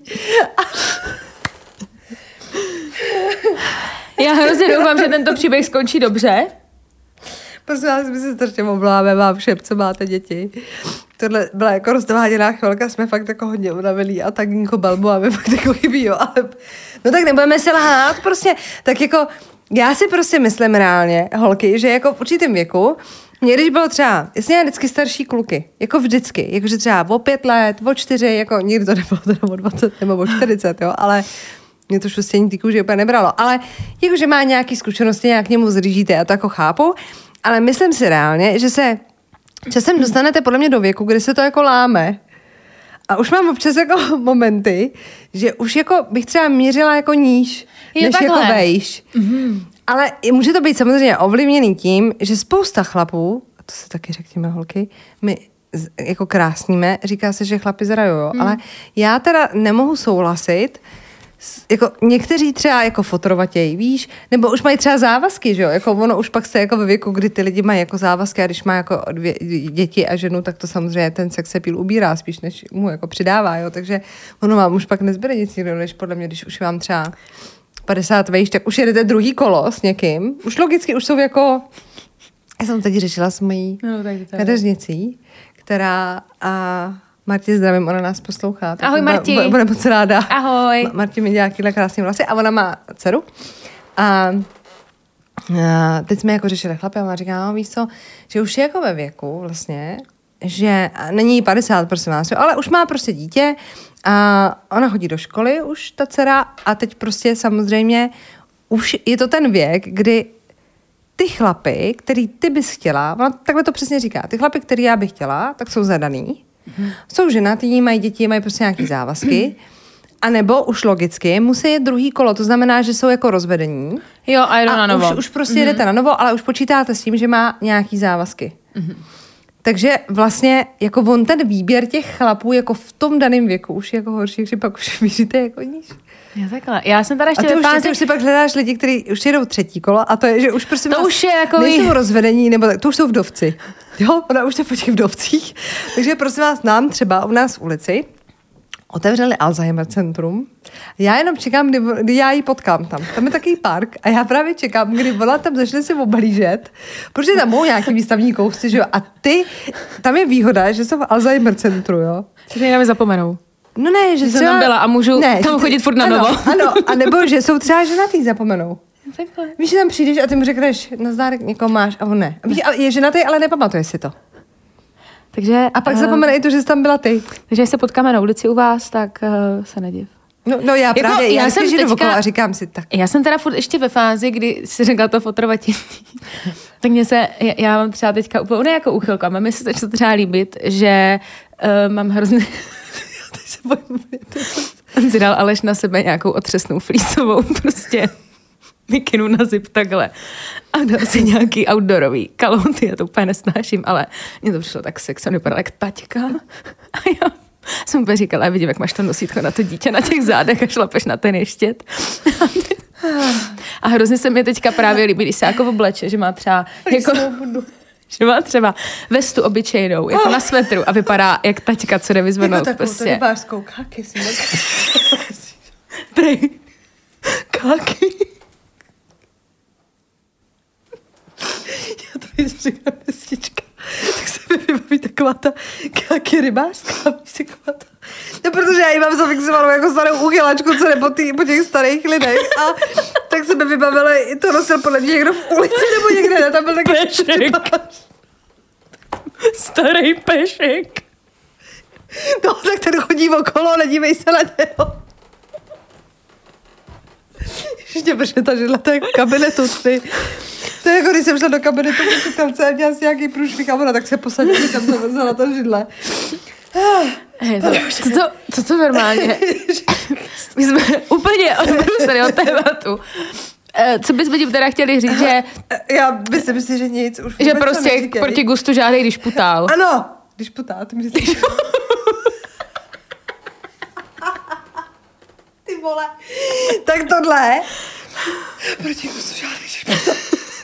Já hrozně doufám, že tento příběh skončí dobře. Prosím vás, my se strašně omlouváme vám všem, co máte děti. Tohle byla jako rozdováděná chvilka, jsme fakt jako hodně unavený a tak jako balbu a my fakt jako chybí, jo. Ale... No tak nebudeme se lhát, prostě tak jako, já si prostě myslím reálně, holky, že jako v určitém věku, mě když bylo třeba, jasně vždycky starší kluky, jako vždycky, jakože třeba o pět let, o čtyři, jako nikdy to nebylo teda o dvacet nebo o čtyřicet, jo, ale mě to šustění ty kůže úplně nebralo, ale jakože má nějaký zkušenosti, nějak k němu zřížíte, já to jako chápu, ale myslím si reálně, že se časem dostanete podle mě do věku, kdy se to jako láme. A už mám občas jako momenty, že už jako bych třeba mířila jako níž, je než takhle. jako vejš. Mm-hmm. Ale může to být samozřejmě ovlivněný tím, že spousta chlapů, a to se taky řekněme holky, my jako krásníme, říká se, že chlapi zrajou, jo? Mm. Ale já teda nemohu souhlasit, jako někteří třeba jako fotrovatějí, víš, nebo už mají třeba závazky, že jo, jako ono už pak se jako ve věku, kdy ty lidi mají jako závazky a když má jako dvě děti a ženu, tak to samozřejmě ten sexappeal ubírá spíš, než mu jako přidává, jo, takže ono vám už pak nezbyde nic nikdo, než podle mě, když už vám třeba padesát vejš, tak už jedete druhý kolo s někým, už logicky už jsou jako, já jsem teď řešila s mojí no, kadeřnicí, která a Marti, zdravím, ona nás poslouchá. Ahoj, Marti. Bude, bude moc ráda. Ahoj. Marti mi dělá takhle krásné vlasy a ona má dceru. A, a teď jsme jako řešili chlapy a ona říká, no víš co, že už je jako ve věku vlastně, že není jí padesát, prosím vás, ale už má prostě dítě a ona chodí do školy už, ta dcera, a teď prostě samozřejmě už je to ten věk, kdy ty chlapy, který ty bys chtěla, ona takhle to přesně říká, ty chlapy, který já bych chtěla, tak jsou zadaný, mm-hmm. jsou ženatý, mají děti, mají prostě nějaký závazky, a nebo už logicky musí jít druhý kolo, to znamená, že jsou jako rozvedení. Jo, a jdou na novo. Už, už prostě mm-hmm. jdete na novo, ale už počítáte s tím, že má nějaký závazky. Mm-hmm. Takže vlastně jako on ten výběr těch chlapů jako v tom daném věku už je jako horší, že pak už míříte jako níž. Já takhle. Já jsem tady ještě a ty ve už, fázi... ty už si pak hledáš lidi, kteří už jedou třetí kolo a to je, že už prostě to už je jako nejsou rozvedení, nebo tak, to už jsou vdovci. Jo, ona už to po těch vdovcích. Takže prosím vás, nám třeba u nás v ulici otevřeli Alzheimer centrum. Já jenom čekám, kdy, kdy já ji potkám tam. Tam je takový park a já právě čekám, kdy ona tam začne si oblížet, protože tam budou nějaký výstavní kousci, že jo. A ty, tam je výhoda, že jsou v Alzheimer centru, jo. Takže jinak mi zapomenou. No ne, že jsem třeba... tam byla a můžu ne, tam chodit furt na ano, novo. Ano, a nebo že jsou třeba ženatý, zapomenou. Takhle. Víš, že tam přijdeš a ty mu řekneš, nazdárek, někoho máš, a on ne. Víš, je ženatý, ale nepamatuje si to. Takže, a pak uh, zapomene i to, že jsi tam byla ty. Takže když se potkáme na ulici u vás, tak uh, se nediv. No, no já jako, právě, já, já jsem teďka, okolo a říkám si tak. Já jsem teda furt ještě ve fázi, kdy jsi řekla to fotrovatí. Tak mě se, já, já mám třeba teďka úplně jako úchylka, mám se začalo třeba líbit, že uh, mám hrozně... Teď se bojím. On si dal Aleš na sebe nějakou otřesnou flísovou prostě mikinu na zip takhle. A dal si nějaký outdoorový kalhoty, já to úplně nesnáším, ale mně to přišlo tak sexy, on vypadal jak taťka. A já jsem úplně říkala, vidím, jak máš to nosítko na to dítě na těch zádech a šlapeš na ten ještět. A hrozně se mi teďka právě líbí, když se jako obleče, že má třeba jako... že má třeba vestu obyčejnou, jako na svetru a vypadá jak taťka, co jde vyzvednout. Jako takovou prostě. to rybářskou káky si Prej. Káky. Já to víc říkám vestička. Tak se mi vybaví taková ta káky rybářská, víš, taková ta. No, protože já ji mám zafixovanou jako starou uchylačku, co jde po, tý, po těch starých lidech. A tak se mi vybavilo, to nosil podle mě někdo v ulici nebo někde, ne? Tam byl takový Pešek. Starý pešek. No, tak ten chodí okolo, nedívej se na něho. Ještě protože ta židla, to je v kabinetu, ty. To je jako, když jsem šla do kabinetu, tam se dělala si nějaký průšvih a ona tak se posadila, tam se vzala ta židle. Hey, to, co, to, co to normálně? My jsme úplně odbrusili od tématu. Co bychom tím teda chtěli říct, že... Já myslím si, že nic. Už že prostě proti gustu žádej, když putál. Ano, když putál, ty myslíš. Ty vole. Tak tohle. Proti gustu žádej, když putál.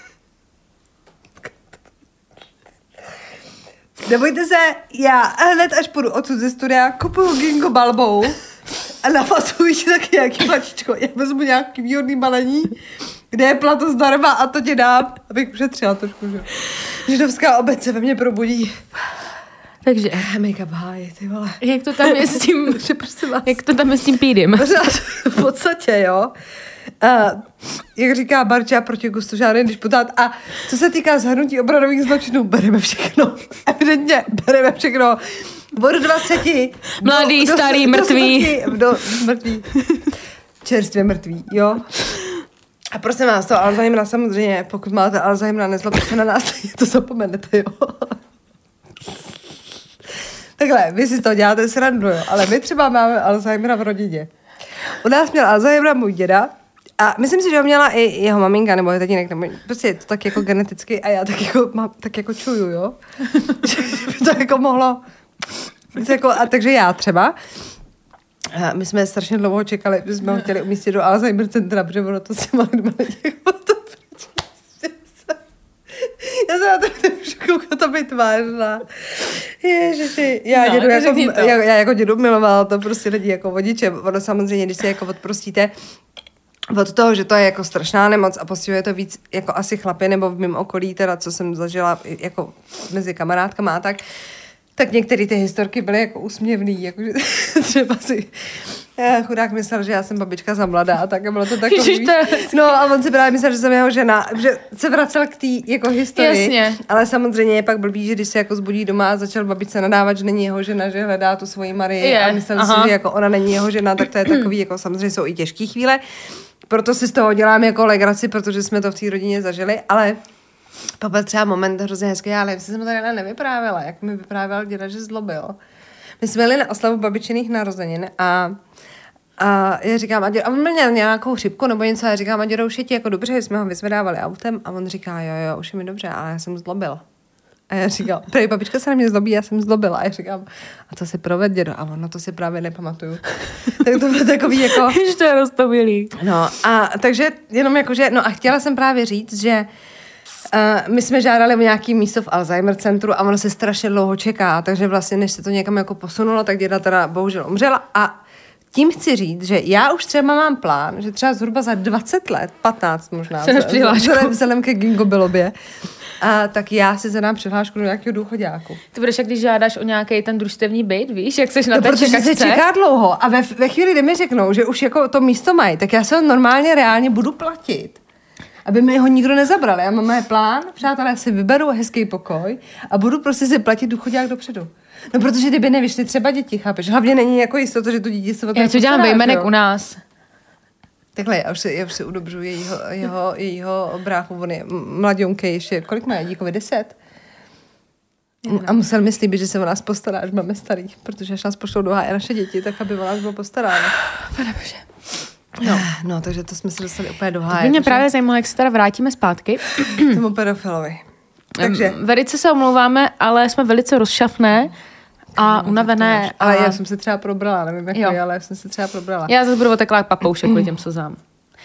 Nebojte se, já hned až půjdu odsud ze studia, kupuju Gingo Balbou a nafasuji ti taky nějaký plačičko. Já vezmu nějaký výhodný balení, kde je plato zdarma a to ti dám, abych ušetřila trošku, že? Židovská obec se ve mně probudí. Takže... Make-up high, ty vole. Jak to tam je s tím, Takže prosím vás. jak to tam je s tím pídym? V podstatě, jo. Uh, jak říká Barča, proti gustu žádný, když putát. A co se týká zhrnutí obranových zločinů, bereme všechno. Evidentně bereme všechno. Od dvaceti. Mladý, do, starý, do, mrtvý. Do, do, mrtvý. Čerstvě mrtvý, jo. A prosím vás, to Alzheimera samozřejmě, pokud máte Alzheimera, nezlobte se na nás, to zapomenete, jo. Takhle, vy si z toho děláte srandu, jo, ale my třeba máme Alzheimera v rodině. U nás měl Alzheimera můj děda a myslím si, že ho měla i jeho maminka nebo jeho tatínek, nebo prostě je to tak jako geneticky a já tak jako, mám, tak jako čuju, jo. Že by to jako mohlo, jako, a takže já třeba, a my jsme strašně dlouho čekali, že jsme ho chtěli umístit do Alzheimer centra, protože ono to si mali doma jako to já se na to nemůžu koukat, to být vážná. Ježiši, já, no, dědu jako, já, já jako dědu milovala to prostě lidi jako vodiče. Ono samozřejmě, když se jako odprostíte od toho, že to je jako strašná nemoc a postihuje to víc jako asi chlapy nebo v mém okolí, teda co jsem zažila jako mezi kamarádkama a tak, tak některé ty historky byly jako úsměvný, jakože třeba si já, chudák myslel, že já jsem babička za mladá a tak a bylo to takový. No a on si právě myslel, že jsem jeho žena, že se vracel k té jako historii. Jasně. Ale samozřejmě je pak blbý, že když se jako zbudí doma a začal babičce nadávat, že není jeho žena, že hledá tu svoji Marii je. A myslel si, že jako ona není jeho žena, tak to je takový, jako samozřejmě jsou i těžké chvíle. Proto si z toho dělám jako legraci, protože jsme to v té rodině zažili, ale pak byl třeba moment hrozně hezký, ale jsem to takhle nevyprávěla, jak mi vyprávěl děda, že zlobil. My jsme jeli na oslavu babičiných narozenin a, a já říkám, a, děda, a on měl nějakou chřipku nebo něco a já říkám, a děda, už je ti jako dobře, jsme ho vyzvedávali autem a on říká, jo, jo, už je mi dobře, ale já jsem zlobil. A já říkám, prej, babička se na mě zlobí, já jsem zlobila. A já říkám, a to si proved, dědo? A ono to si právě nepamatuju. Tak to bylo takový jako... Když to je roztomilý. No a takže jenom jako, že, no a chtěla jsem právě říct, že Uh, my jsme žádali o nějaký místo v Alzheimer centru a ono se strašně dlouho čeká, takže vlastně než se to někam jako posunulo, tak děda teda bohužel umřela a tím chci říct, že já už třeba mám plán, že třeba zhruba za dvacet let, patnáct možná, vzhledem, vzhledem ke Gingo Bilobě, a tak já si zadám přihlášku do nějakého důchoďáku. Ty budeš, jak když žádáš o nějaký ten družstevní byt, víš, jak seš na no, té protože čekačce? se čeká dlouho a ve, ve chvíli, kdy mi řeknou, že už jako to místo mají, tak já se ho normálně reálně budu platit, aby mi ho nikdo nezabral. Já mám můj plán, přátelé, si vyberu hezký pokoj a budu prostě si platit důchoďák dopředu. No, protože kdyby nevyšly třeba děti, chápeš? Hlavně není jako jistota, že tu dítě se o to já to dělám vejmenek u nás. Takhle, já už si, já už si udobřu jejího, jeho, jejího bráchu, on je mladionky ještě, kolik má díkovi, deset? A musel mi slíbit, že se o nás postará, až máme starý, protože až nás pošlou do háje naše děti, tak aby o nás bylo postaráno. Pane bože. No, no, takže to jsme se dostali úplně do háje. To mě takže... právě zajímalo, jak se teda vrátíme zpátky. Tomu pedofilovi. Takže... Velice se omlouváme, ale jsme velice rozšafné a no, unavené. Ale a... já jsem se třeba probrala, nevím jak je, ale já jsem se třeba probrala. Já zase budu oteklá papoušek kvůli těm slzám.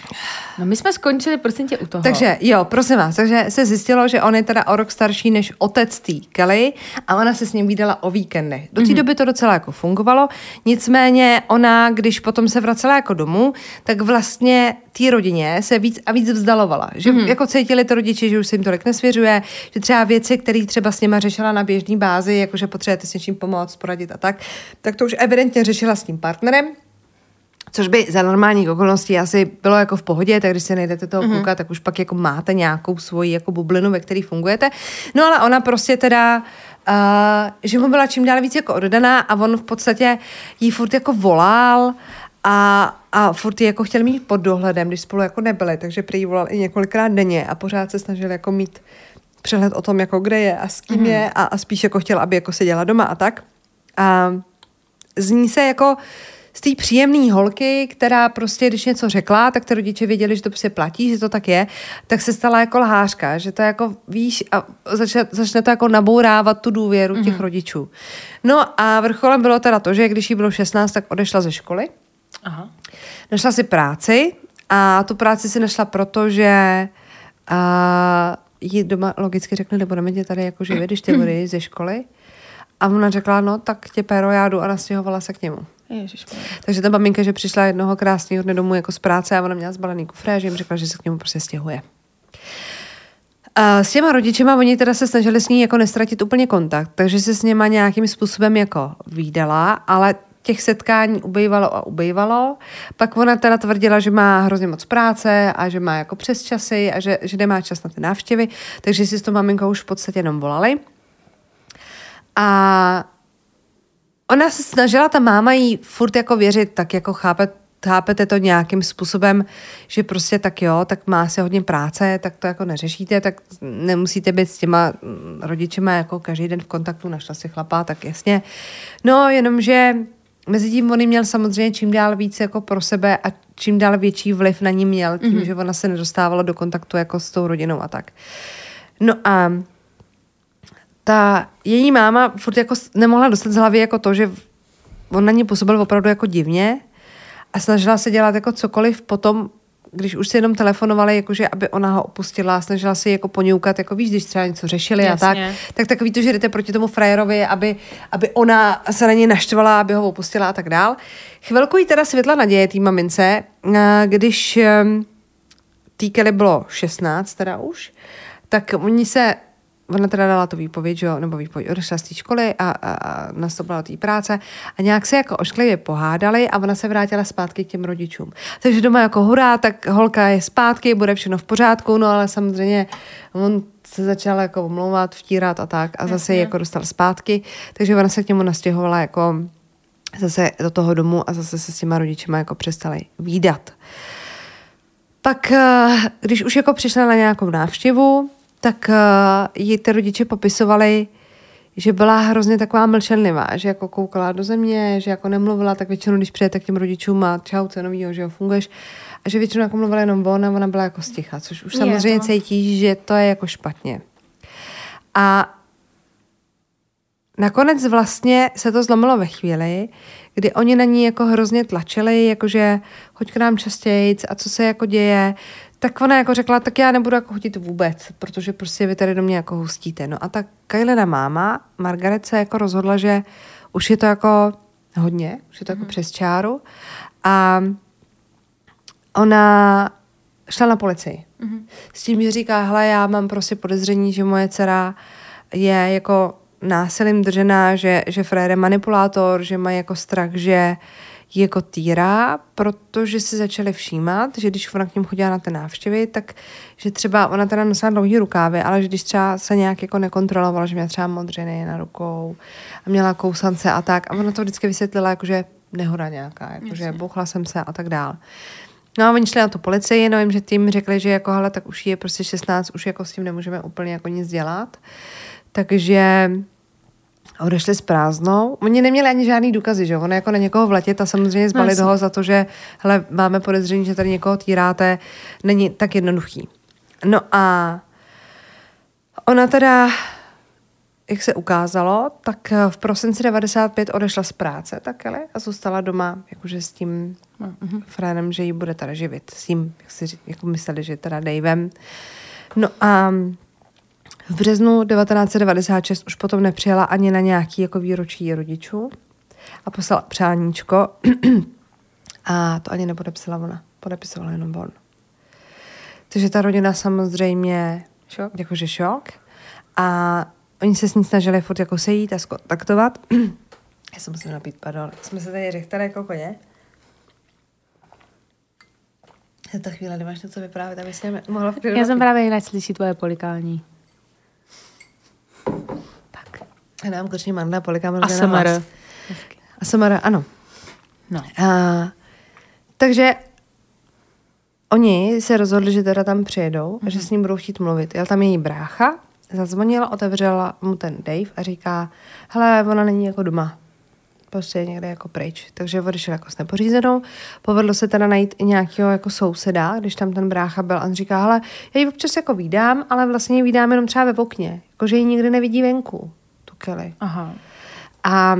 No my jsme skončili, prosím tě, u toho. Takže jo, prosím vás, takže se zjistilo, že on je teda o rok starší než otec té Kelly a ona se s ním vídala o víkendech. Do té mm-hmm. doby to docela jako fungovalo, nicméně ona, když potom se vracela jako domů, tak vlastně té rodině se víc a víc vzdalovala. Že mm-hmm. jako cítili to rodiče, že už se jim tolik nesvěřuje, že třeba věci, které třeba s nima řešila na běžné bázi, jakože potřebujete s něčím pomoct, poradit a tak, tak to už evidentně řešila s tím partnerem. Což by za normálních okolností asi bylo jako v pohodě, tak když se najdete toho kluka, mm-hmm. tak už pak jako máte nějakou svoji jako bublinu, ve které fungujete. No ale ona prostě teda, uh, že mu byla čím dál víc jako oddaná a on v podstatě jí furt jako volal a, a furt jí jako chtěl mít pod dohledem, když spolu jako nebyli, takže prý volal i několikrát denně a pořád se snažil jako mít přehled o tom, jako kde je a s kým mm-hmm. je a, a spíš jako chtěl, aby jako seděla doma a tak. A z ní se jako z té příjemné holky, která prostě, když něco řekla, tak ty rodiče věděli, že to prostě platí, že to tak je, tak se stala jako lhářka, že to jako víš a začne, začne to jako nabourávat tu důvěru těch mm-hmm. rodičů. No a vrcholem bylo teda to, že když jí bylo šestnáct, tak odešla ze školy. Aha. Našla si práci a tu práci si našla proto, že a, jí doma logicky řekne, nebudeme tě tady jako živit, když tě odejít ze školy. A ona řekla, no tak tě péro, já jdu a nastěhovala se k němu. Ježišmarja. Takže ta maminka, že přišla jednoho krásného dne domů jako z práce a ona měla zbalený kufre, že jim řekla, že se k němu prostě stěhuje. A s těma rodičema oni teda se snažili s ní jako nestratit úplně kontakt, takže se s něma nějakým způsobem jako vídala, ale těch setkání ubejvalo a ubejvalo. Pak ona teda tvrdila, že má hrozně moc práce a že má jako přes časy a že, že nemá čas na ty návštěvy, takže si s tou maminkou už v podstatě jenom volali. A ona se snažila, ta máma jí furt jako věřit, tak jako chápe, chápete to nějakým způsobem, že prostě tak jo, tak má se hodně práce, tak to jako neřešíte, tak nemusíte být s těma rodičema jako každý den v kontaktu, našla si chlapa, tak jasně. No, jenomže mezi tím on měl samozřejmě čím dál víc jako pro sebe a čím dál větší vliv na ní měl, tím, mm-hmm. že ona se nedostávala do kontaktu jako s tou rodinou a tak. No a ta její máma furt jako nemohla dostat z hlavy jako to, že on na ní působil opravdu jako divně a snažila se dělat jako cokoliv potom, když už si jenom telefonovali, jakože aby ona ho opustila, snažila se jako poňoukat, jako víš, když třeba něco řešili Jasně. a tak, tak takový to, že jdete proti tomu frajerovi, aby, aby ona se na něj naštvala, aby ho opustila a tak dál. Chvilku jí teda světla naděje tý mamince, když tý Kelly bylo šestnáct teda už, tak oni se ona teda dala tu výpověď, že jo, nebo výpověď, odešla z té školy a, a, a nastoupila do té práce a nějak se jako ošklivě pohádali a ona se vrátila zpátky k těm rodičům. Takže doma jako hurá, tak holka je zpátky, bude všechno v pořádku, no ale samozřejmě on se začal jako omlouvat, vtírat a tak a zase ji jako dostal zpátky, takže ona se k němu nastěhovala jako zase do toho domu a zase se s těma rodičema jako přestali vídat. Tak když už jako přišla na nějakou návštěvu, tak uh, ji ty rodiče popisovali, že byla hrozně taková mlčenlivá, že jako koukala do země, že jako nemluvila, tak většinou, když přijete k těm rodičům a čau, co novýho, že jo, funguješ, a že většinou jako mluvila jenom ona, ona byla jako sticha, což už samozřejmě cítíš, že to je jako špatně. A nakonec vlastně se to zlomilo ve chvíli, kdy oni na ní jako hrozně tlačili, jakože choď k nám častějc a co se jako děje, tak ona jako řekla, tak já nebudu jako chodit vůbec, protože prostě vy tady do mě jako hustíte. No a ta Kylina máma, Margaret, se jako rozhodla, že už je to jako hodně, už je to jako mm. přes čáru a ona šla na policii. Mm. S tím, že říká, hele, já mám prostě podezření, že moje dcera je jako násilím držená, že, že frér je manipulátor, že má jako strach, že jako týrá, protože si začali všímat, že když ona k něm chodila na ty návštěvy, tak že třeba ona teda nosila dlouhý rukávy, ale že když třeba se nějak jako nekontrolovala, že měla třeba modřiny na rukou a měla kousance a tak, a ona to vždycky vysvětlila, jakože nehoda nějaká, jakože bouchla jsem se a tak dál. No a oni šli na tu policii, no jim, že tím řekli, že jako hele, tak už je prostě šestnáct, už jako s tím nemůžeme úplně jako nic dělat. Takže odešli s prázdnou. Oni neměli ani žádný důkazy, že? Ono jako na někoho vletět a samozřejmě zbalit no, ho za to, že hele, máme podezření, že tady někoho týráte, není tak jednoduchý. No a ona teda jak se ukázalo, tak v prosinci devadesát pět odešla z práce ta Kelly a zůstala doma jakože s tím uh-huh. frérem, že ji bude teda živit. S tím, jak si jako mysleli, že teda Davem. No a v březnu devatenáct set devadesát šest už potom nepřijela ani na nějaký jako výročí rodičů a poslala přáníčko a to ani nepodepsala ona. Podepisovala jenom on. Takže ta rodina samozřejmě šok. Jakože šok. A oni se s ní snažili furt jako sejít a skontaktovat. Já se musím napít, pardon. Jsme se tady řechtali jako koně. Je to chvíle, nemáš něco vyprávět, aby si mohla v klidu. Já jsem právě jinak slyší tvoje polikání. Tak. Já nám kočně mandla, polikám A S M R. A S M R, ano. No. A, takže oni se rozhodli, že teda tam přijedou a že s ním budou chtít mluvit. Jel tam její brácha, zazvonila, otevřela mu ten Dave a říká, hele, ona není jako doma. Prostě je někde jako pryč. Takže odešel jako s nepořízenou. Povedlo se teda najít i nějakého jako souseda, když tam ten brácha byl. A on říká, hele, já ji občas jako vídám, ale vlastně ji vídám jenom třeba ve okně. Jakože ji nikdy nevidí venku, tu Kelly. Aha. A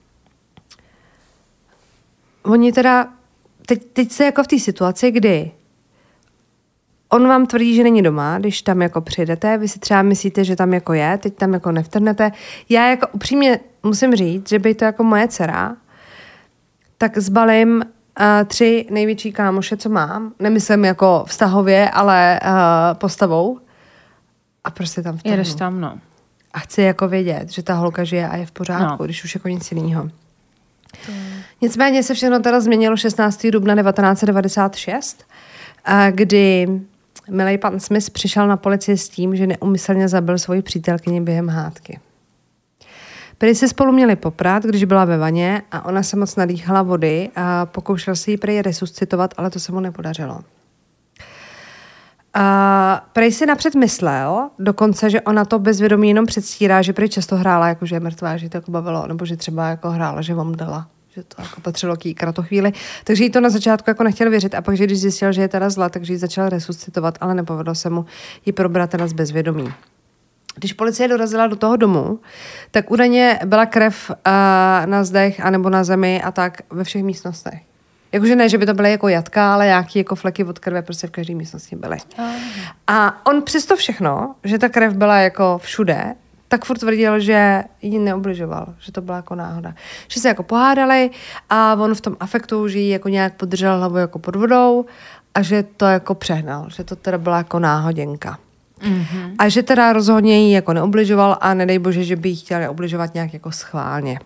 oni teda, teď, teď se jako v té situaci, kdy on vám tvrdí, že není doma, když tam jako přijdete, vy si třeba myslíte, že tam jako je, teď tam jako nevtrhnete. Já jako upřímně musím říct, že by to jako moje dcera, tak zbalím uh, tři největší kámoše, co mám. Nemyslím jako vztahově, ale uh, postavou. A prostě tam vtrhnu. Jedeš tam, no. A chci jako vědět, že ta holka žije a je v pořádku, No. když už jako nic jiného. Nicméně se všechno teda změnilo šestnáctého dubna devatenáct set devadesát šest, kdy milej pan Smith přišel na policii s tím, že neumyslně zabil svoji přítelkyni během hádky. Prý se spolu měli poprat, když byla ve vaně a ona se moc nadýchala vody a pokoušel se jí prý resuscitovat, ale to se mu nepodařilo. A prej si napřed myslel, dokonce, že ona to bezvědomí jenom předstírá, že prý často hrála, jako že je mrtvá, že to jako bavilo, nebo že třeba jako hrála, že vám dala, že to jako patřilo k jí to chvíli. Takže jí to na začátku jako nechtěl věřit a pak, že když zjistil, že je teda zla, takže ji začal resuscitovat, ale nepovedlo se mu ji probrat teda z bezvědomí. Když policie dorazila do toho domu, tak údajně byla krev uh, na zdech anebo na zemi a tak ve všech místnostech. Jakože ne, že by to byly jako jatka, ale nějaký jako fleky od krve prostě v každé místnosti byly. A on přesto všechno, že ta krev byla jako všude, tak furt tvrdil, že ji neobližoval, že to byla jako náhoda. Že se jako pohádali a on v tom afektu, že ji jako nějak podržel hlavu jako pod vodou a že to jako přehnal, že to teda byla jako náhoděnka. Mm-hmm. A že teda rozhodně ji jako neobližoval a nedej bože, že by jí chtěl neobližovat nějak jako schválně.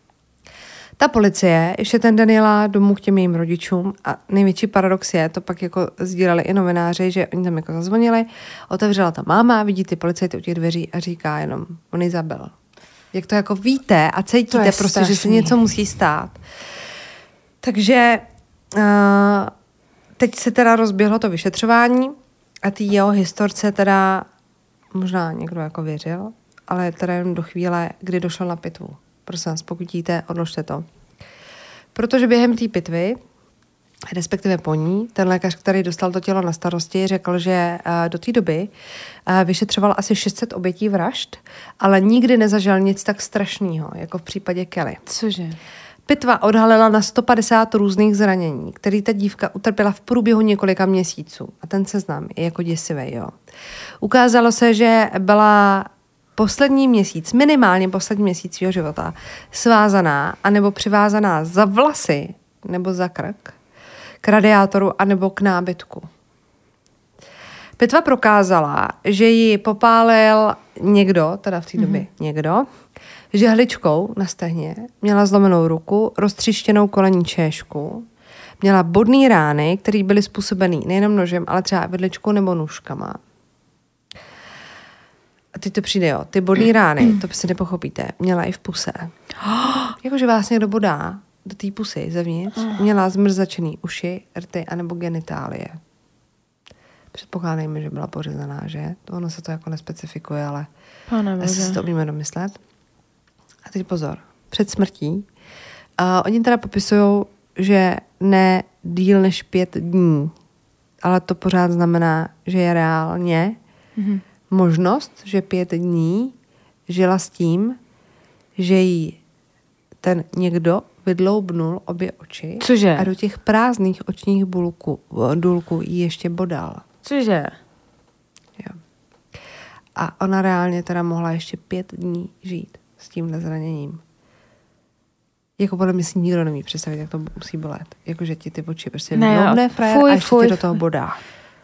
Ta policie ještě ten den jela domů k těm jejím rodičům a největší paradox je, to pak jako sdíleli i novináři, že oni tam jako zazvonili, otevřela ta máma, vidí ty policajty u těch dveří a říká jenom, on ji zabil. Jak to jako víte a cítíte prostě, strašný. Že se něco musí stát. Takže uh, teď se teda rozběhlo to vyšetřování a ty jeho historce teda možná někdo jako věřil, ale teda jen do chvíle, kdy došel na pitvu. Prosím vás, pokud jíte, odložte to. Protože během té pitvy, respektive po ní, ten lékař, který dostal to tělo na starosti, řekl, že uh, do té doby uh, vyšetřoval asi šest set obětí vražd, ale nikdy nezažil nic tak strašného, jako v případě Kelly. Cože? Pitva odhalila na sto padesát různých zranění, který ta dívka utrpěla v průběhu několika měsíců. A ten seznam je jako děsivý, jo. Ukázalo se, že byla poslední měsíc, minimálně poslední měsíc svého života, svázaná anebo přivázaná za vlasy nebo za krk, k radiátoru anebo k nábytku. Pitva prokázala, že ji popálil někdo, teda v té době mm-hmm. někdo, žehličkou na stehně, měla zlomenou ruku, roztříštěnou kolenní čéšku, měla bodné rány, které byly způsobené nejenom nožem, ale třeba vidličkou nebo nůžkama. A teď to přijde, jo. Ty bodné rány, to si nepochopíte, měla i v puse. Jakože vás někdo bodá do té pusy zevnitř. Měla zmrzačený uši, rty anebo genitálie. Předpokládejme, že byla pořezaná, že? Ono se to jako nespecifikuje, ale asi si to umíme domyslet. A teď pozor. Před smrtí. Uh, oni teda popisují, že ne díl než pět dní. Ale to pořád znamená, že je reálně mm-hmm. možnost, že pět dní žila s tím, že jí ten někdo vydloubnul obě oči. Cože? A do těch prázdných očních bulků, důlků jí ještě bodal. Cože? Jo. A ona reálně teda mohla ještě pět dní žít s tímhle zraněním. Jako podle mě si nikdo nemí představit, jak to musí bolet. Jakože ti ty oči prostě vydloubne frajer a ještě fuj, ti do toho bodá.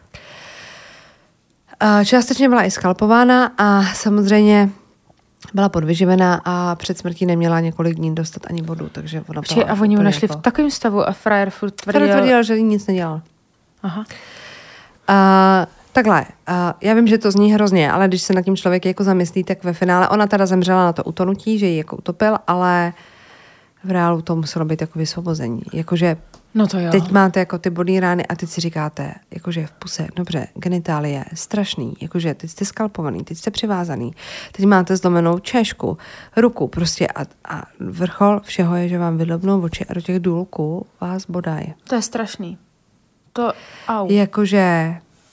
Částečně byla i skalpována a samozřejmě byla podvyživená a před smrtí neměla několik dní dostat ani vodu, takže ona byla a oni ho našli jako... v takovém stavu a frajer furt tvrdil... Frajer tvrdil, že nic nedělal. Aha. A, takhle, a já vím, že to zní hrozně, ale když se nad tím člověk jako zamyslí, tak ve finále ona teda zemřela na to utonutí, že ji jako utopil, ale v reálu to muselo být jako vysvobození. Jakože no to jo. Teď máte jako ty bodný rány a teď si říkáte, jakože v puse, dobře, genitálie, strašný, jakože teď jste skalpovaný, teď jste přivázaný, teď máte zlomenou češku, ruku prostě a, a vrchol všeho je, že vám vydlobnou oči a do těch důlků vás bodají. To je strašný. To, au. Jakože,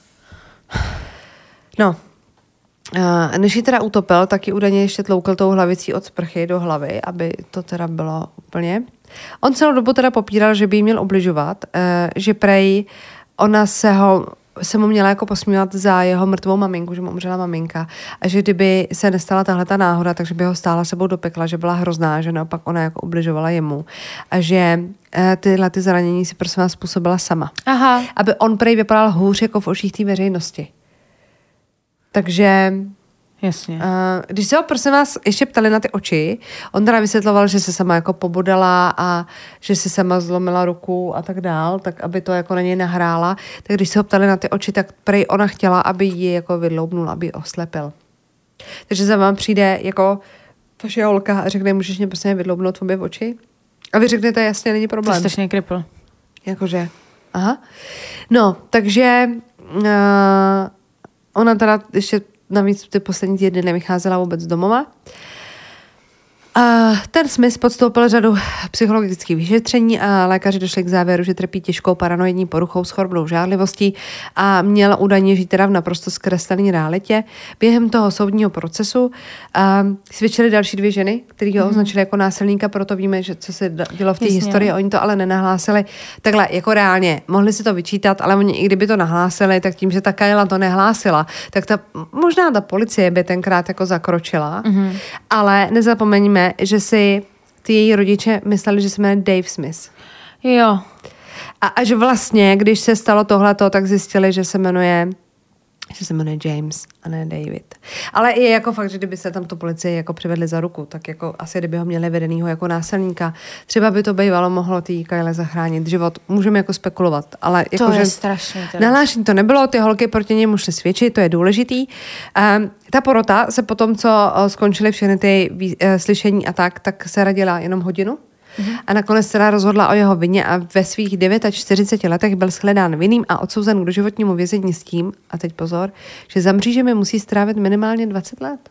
no, a než ji teda utopil, tak ji údajně ještě tloukl tou hlavicí od sprchy do hlavy, aby to teda bylo úplně. On celou dobu teda popíral, že by jí měl ubližovat, že prej ona se, ho, se mu měla jako posmívat za jeho mrtvou maminku, že mu umřela maminka a že kdyby se nestala tahleta náhoda, takže by ho stála sebou do pekla, že byla hrozná, že naopak ona jako ubližovala jemu a že tyhle ty zranění si prosím vás způsobila sama. Aha. Aby on prej vypadal hůř jako v očích té veřejnosti. Takže... Jasně. Uh, když se ho, prosím vás, ještě ptali na ty oči, on teda vysvětloval, že se sama jako pobodala a že si sama zlomila ruku a tak dál, tak aby to jako na něj nahrála. Tak když se ho ptali na ty oči, tak prej ona chtěla, aby ji jako vydloubnul, aby ji oslepil. Takže za vám přijde jako vaše holka a řekne, můžeš mě prostě vydloubnout obě oči? A vy řeknete, jasně, není problém. To je strašně kripl. Jakože, aha. No, takže uh, ona teda ještě navíc ty poslední týdny nevycházela vůbec z domova. Uh, ten Smith podstoupil řadu psychologických vyšetření a lékaři došli k závěru, že trpí těžkou paranoidní poruchou s chorobnou žárlivostí a měl údajně žít teda v naprosto zkreslené realitě. Během toho soudního procesu uh, svědčily další dvě ženy, které ho mm. označily jako násilníka, proto víme, že co se dělo v té historii, oni to ale nenahlásili. Takhle, jako reálně, mohli si to vyčítat, ale oni i kdyby to nahlásili, tak tím, že ta Kyla to nehlásila, tak ta, možná ta policie by tenkrát jako zakročila, mm. ale nezapomeňme, že si ty její rodiče mysleli, že se jmenuje Dave Smith. Jo. A, a že vlastně, když se stalo tohleto, tak zjistili, že se jmenuje že se jmenuje James a ne David. Ale je jako fakt, že kdyby se tam to policie jako přivedli za ruku, tak jako asi kdyby ho měli vedenýho jako násilníka, třeba by to bývalo mohlo té Kyle zachránit život. Můžeme jako spekulovat, ale jako, to je že strašné. nahlášení to nebylo, ty holky proti němu šly svědčit, to je důležitý. Um, ta porota se potom, co skončily všechny ty vý, uh, slyšení a tak, tak se radila jenom hodinu. Mm-hmm. A nakonec teda rozhodla o jeho vině a ve svých čtyřiceti devíti letech byl shledán vinným a odsouzen k doživotnímu vězení s tím, a teď pozor, že za mřížemi musí strávit minimálně dvacet let.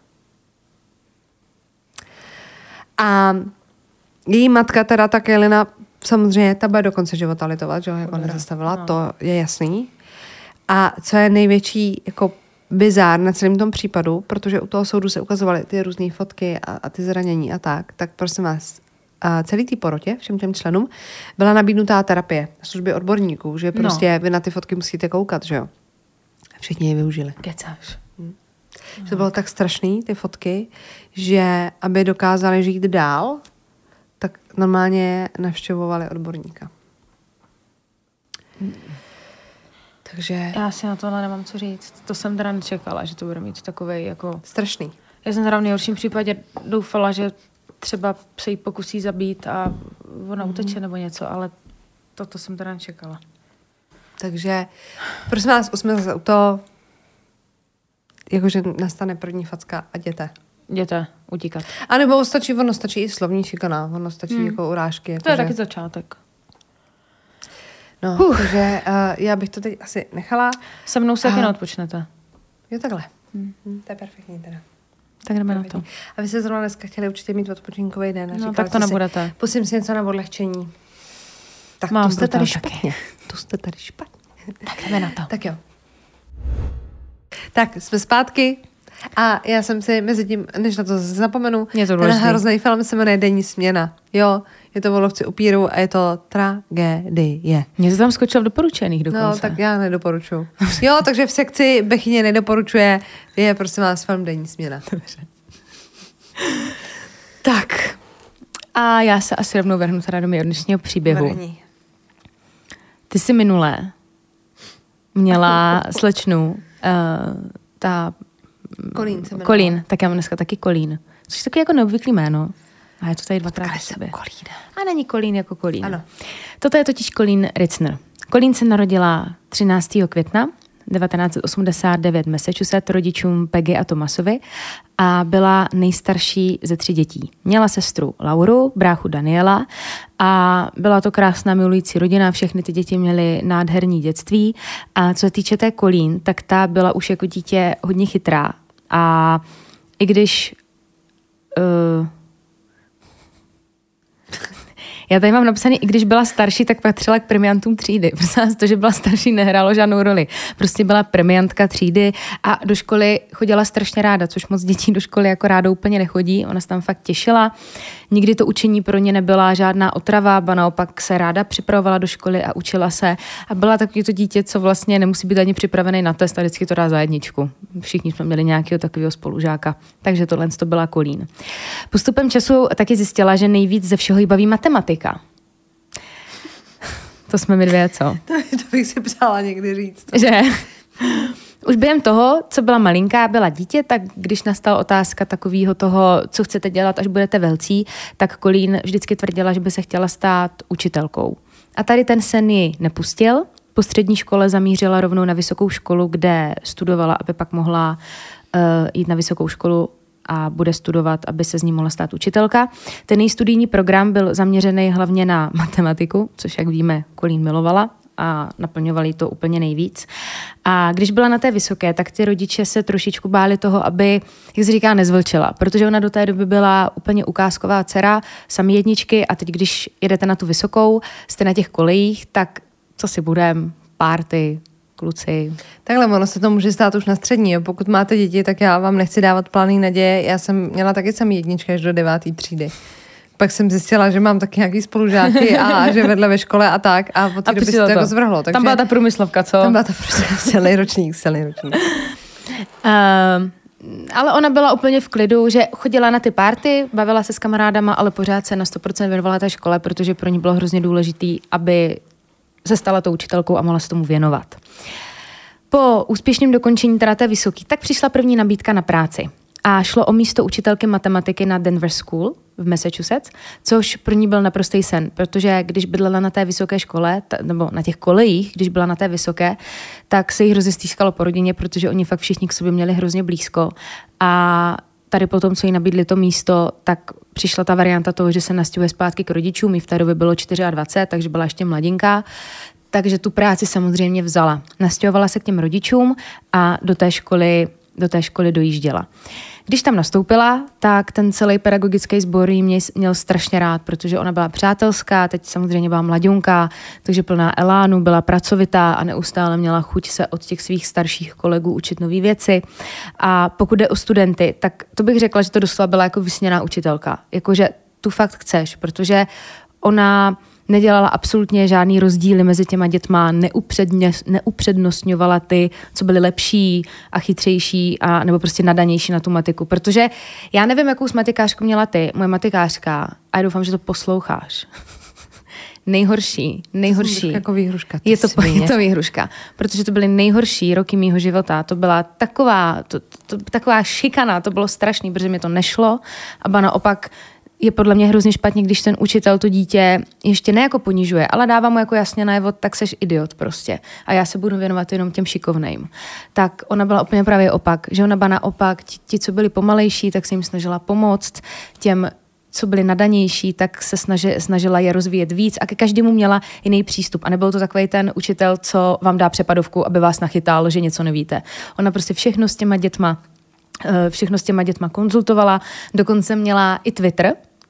A její matka, teda ta Kaylina, samozřejmě ta bude do konce života litovat, že ho jako nezastavila, no. To je jasný. A co je největší jako bizár na celém tom případu, protože u toho soudu se ukazovaly ty různé fotky a, a ty zranění a tak, tak prosím vás, a celý té porotě, všem těm členům, byla nabídnutá terapie, služby odborníků, že prostě no. vy na ty fotky musíte koukat, že jo. Všichni je využili. Kecáš. Hm. No. To bylo tak strašný, ty fotky, že aby dokázali žít dál, tak normálně navštěvovali odborníka. Hm. Takže... Já si na tohle nemám co říct. To jsem teda nečekala, že to bude mít takovej jako... Strašný. Já jsem teda v nejhorším případě doufala, že třeba se jí pokusí zabít a ona uteče nebo něco, ale toto jsem teda nečekala. Takže prosím vás, jsme se u toho, jakože nastane první facka a jděte. Jděte, utíkat. A nebo stačí, ono stačí i slovní šikana, ono stačí hmm. jako urážky. Jako to je že... taky začátek. No, uh. takže uh, já bych to teď asi nechala. Se mnou se taky neodpočnete. Jo, takhle. Hmm. Hmm, to je perfektní teda. Tak jdeme na to. A vy se zrovna dneska chtěli určitě mít odpočinkový den. No, tak to nebudete. Pustím si něco na odlehčení. Tak Mám to jste tady taky. špatně. To jste tady špatně. Tak jdeme na to. Tak jo. Tak, jsme zpátky. A já jsem si mezi tím, než na to zapomenu, Je to ten důležitý. hrozný film se jmenuje Denní směna. Jo, je to o lovci upíru a je to tragédie. Mně to tam skočilo v doporučených dokonce. No, tak já nedoporučuju. Jo, takže v sekci Bechyně nedoporučuje, je prosím vás film Denní směna. Tak. A já se asi rovnou vrhnu teda do mého dnešního příběhu. Vrhni. Ty jsi minulé měla slečnu, uh, ta... Kolín se jmenovala. Kolín, tak já mám dneska taky Kolín. Což je takový jako neobvyklý jméno. A je to tady dvakrát Potkali po se sobě. u Kolína. A není Kolín jako Kolín. Ano. Toto je totiž Colleen Ritzner. Colleen se narodila třináctého května devatenáct set osmdesát devět v Massachusetts rodičům Peggy a Thomasovi a byla nejstarší ze tří dětí. Měla sestru Lauru, bráchu Daniela a byla to krásná milující rodina, všechny ty děti měly nádherní dětství a co se týče té Colleen, tak ta byla už jako dítě hodně chytrá a i když uh, já tady mám napsaný, i když byla starší, tak patřila k premiantům třídy. Prostě to, že byla starší, nehrálo žádnou roli. Prostě byla premiantka třídy a do školy chodila strašně ráda, což moc dětí do školy jako rádo úplně nechodí. Ona se tam fakt těšila. Nikdy to učení pro ně nebyla žádná otrava, ba naopak se ráda připravovala do školy a učila se. A byla takový to dítě, co vlastně nemusí být ani připravený na test a vždycky to dá za jedničku. Všichni jsme měli nějakého takového spolužáka. Takže tohle to byla Colleen. Postupem času taky zjistila, že nejvíc ze všeho jí baví matematika. To jsme my dvě, co? To, to bych si přála někdy říct. Že? Už během toho, co byla malinká, byla dítě, tak když nastala otázka takového toho, co chcete dělat, až budete velcí, tak Colleen vždycky tvrdila, že by se chtěla stát učitelkou. A tady ten sen ji nepustil. Po střední škole zamířila rovnou na vysokou školu, kde studovala, aby pak mohla uh, jít na vysokou školu a bude studovat, aby se z ní mohla stát učitelka. Ten její studijní program byl zaměřený hlavně na matematiku, což, jak víme, Colleen milovala a naplňovali to úplně nejvíc. A když byla na té vysoké, tak ty rodiče se trošičku báli toho, aby, jak se říká, nezvlčela, protože ona do té doby byla úplně ukázková dcera, sami jedničky a teď, když jedete na tu vysokou, jste na těch kolejích, tak co si budem, párty, kluci. Takhle, ono se to může stát už na střední. Jo. Pokud máte děti, tak já vám nechci dávat planý naděje. Já jsem měla taky samý jednička až do deváté třídy. Pak jsem zjistila, že mám taky nějaký spolužáky a že vedle ve škole a tak. A od té doby se to, to jako zvrhlo. Takže tam byla ta průmyslovka, co? Tam byla ta prostě silný ročník, silný ročník. Uh, ale ona byla úplně v klidu, že chodila na ty párty, bavila se s kamarádama, ale pořád se na sto procent věnovala té škole, protože pro ní bylo hrozně důležitý, aby se stala tou učitelkou a mohla se tomu věnovat. Po úspěšném dokončení teda té vysoký, tak přišla první nabídka na práci. A šlo o místo učitelky matematiky na Denver School v Massachusetts, což pro ní byl naprostý sen, protože když bydlela na té vysoké škole, t- nebo na těch kolejích, když byla na té vysoké, tak se jí hrozně stýskalo po rodině, protože oni fakt všichni k sobě měli hrozně blízko. A tady potom, co jí nabídli to místo, tak přišla ta varianta toho, že se nastěhuje zpátky k rodičům, jí v té době bylo dvacet čtyři, takže byla ještě mladinká. Takže tu práci samozřejmě vzala. Nastěhovala se k těm rodičům a do té školy, do té školy dojížděla. Když tam nastoupila, tak ten celý pedagogický sbor jí měl, měl strašně rád, protože ona byla přátelská, teď samozřejmě byla mladňunka, takže plná elánu, byla pracovitá a neustále měla chuť se od těch svých starších kolegů učit nové věci. A pokud jde o studenty, tak to bych řekla, že to doslova byla jako vysněná učitelka. Jakože tu fakt chceš, protože ona nedělala absolutně žádný rozdíly mezi těma dětma, neupředně, neupřednostňovala ty, co byly lepší a chytřejší a nebo prostě nadanější na tu matiku. Protože já nevím, jakou matikářku měla ty, moje matikářka, a já doufám, že to posloucháš. nejhorší, nejhorší. Jako výhruška. Je to, je to výhruška, protože to byly nejhorší roky mýho života. To byla taková, to, to, taková šikana, to bylo strašný, protože mi to nešlo a ba naopak je podle mě hrozně špatně, když ten učitel to dítě ještě ne jako ponižuje, ale dává mu jako jasně najevo, tak seš idiot prostě. A já se budu věnovat jenom těm šikovným. Tak ona byla úplně právě opak, že ona byla naopak, ti, ti, co byli pomalejší, tak se jim snažila pomoct, těm, co byli nadanější, tak se snaži, snažila je rozvíjet víc a ke každému měla jiný přístup. A nebyl to takový ten učitel, co vám dá přepadovku, aby vás nachytal, že něco nevíte. Ona prostě všechno s těma dětma všechno s těma dětma konzultovala, dokonce měla i Twitter,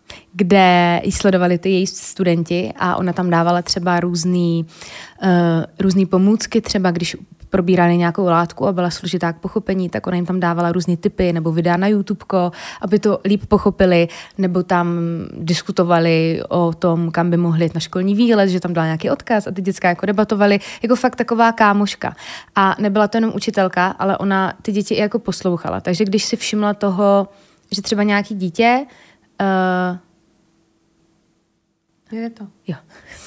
kde ji sledovali ty její studenti a ona tam dávala třeba různý, uh, různý pomůcky, třeba když probírali nějakou látku a byla složitá k pochopení, tak ona jim tam dávala různé tipy nebo videa na YouTubeko, aby to líp pochopili, nebo tam diskutovali o tom, kam by mohli jít na školní výlet, že tam dala nějaký odkaz a ty děcka jako debatovali, jako fakt taková kámoška. A nebyla to jenom učitelka, ale ona ty děti i jako poslouchala. Takže když si všimla toho, že třeba nějaký dítě uh... je to. Jo.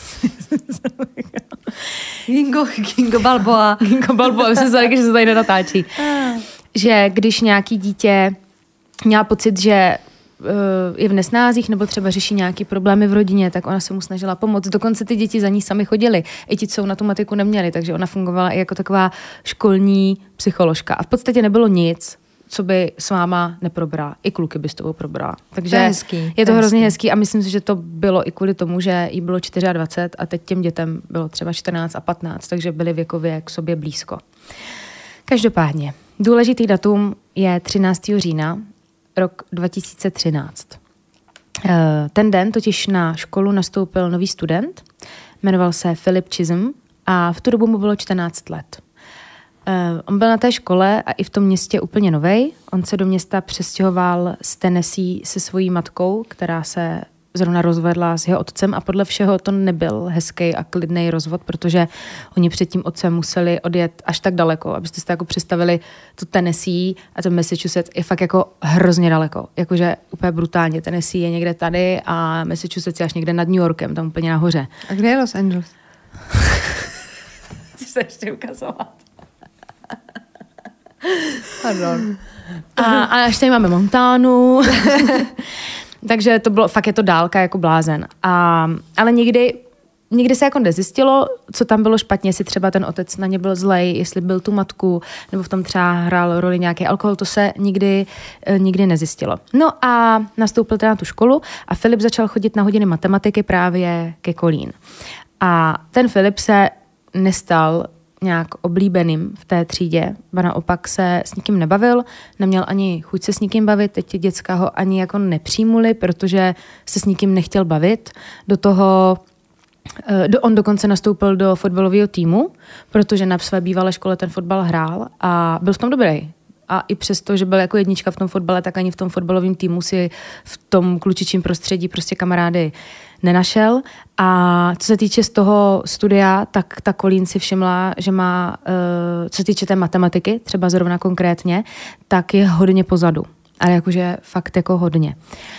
Gingo, Gingo Balboa. Gingo Balboa, myslím si, že se tady nenatáčí. Že když nějaký dítě měla pocit, že uh, je v nesnázích nebo třeba řeší nějaký problémy v rodině, tak ona se mu snažila pomoct. Dokonce ty děti za ní sami chodily. I ti, co na tu matiku neměli, takže ona fungovala i jako taková školní psycholožka. A v podstatě nebylo nic, co by s váma neprobrala. I kluky by s tebou probrala. Takže to je, hezký, je to, to hrozně hezký. hezký a myslím si, že to bylo i kvůli tomu, že jí bylo dvacet čtyři a teď těm dětem bylo třeba čtrnáct a patnáct, takže byli věkově k sobě blízko. Každopádně, důležitý datum je třináctého října, rok dva tisíce třináct. Ten den totiž na školu nastoupil nový student, jmenoval se Philip Chisholm a v tu dobu mu bylo čtrnáct let. Uh, on byl na té škole a i v tom městě úplně novej. On se do města přestěhoval z Tennessee se svojí matkou, která se zrovna rozvedla s jeho otcem a podle všeho to nebyl hezký a klidný rozvod, protože oni před tím otcem museli odjet až tak daleko, abyste si to jako představili, to Tennessee a to Massachusetts je fakt jako hrozně daleko. Jakože úplně brutálně. Tennessee je někde tady a Massachusetts je až někde nad New Yorkem, tam úplně nahoře. A kde je Los Angeles? Chci se ještě ukazovat. Pardon. A, a ještě tady máme Montánu. Takže to bylo, fakt je to dálka jako blázen. A, ale nikdy, nikdy se jako nezjistilo, co tam bylo špatně, jestli třeba ten otec na ně byl zlej, jestli byl tu matku, nebo v tom třeba hrál roli nějaký alkohol, to se nikdy, nikdy nezjistilo. No a nastoupil teda na tu školu a Filip začal chodit na hodiny matematiky právě ke Colleen. A ten Filip se nestal nějak oblíbeným v té třídě, ba naopak se s nikým nebavil, neměl ani chuť se s nikým bavit, teď ti děcka ho ani jako nepřijmuli, protože se s nikým nechtěl bavit. Do toho do, on dokonce nastoupil do fotbalového týmu, protože na své bývalé škole ten fotbal hrál a byl v tom dobrý. A i přesto, že byl jako jednička v tom fotbale, tak ani v tom fotbalovém týmu si v tom klučičím prostředí prostě kamarády nenašel. A co se týče z toho studia, tak ta Colleen si všimla, že má, co se týče té matematiky, třeba zrovna konkrétně, tak je hodně pozadu. Ale jakože fakt jako hodně.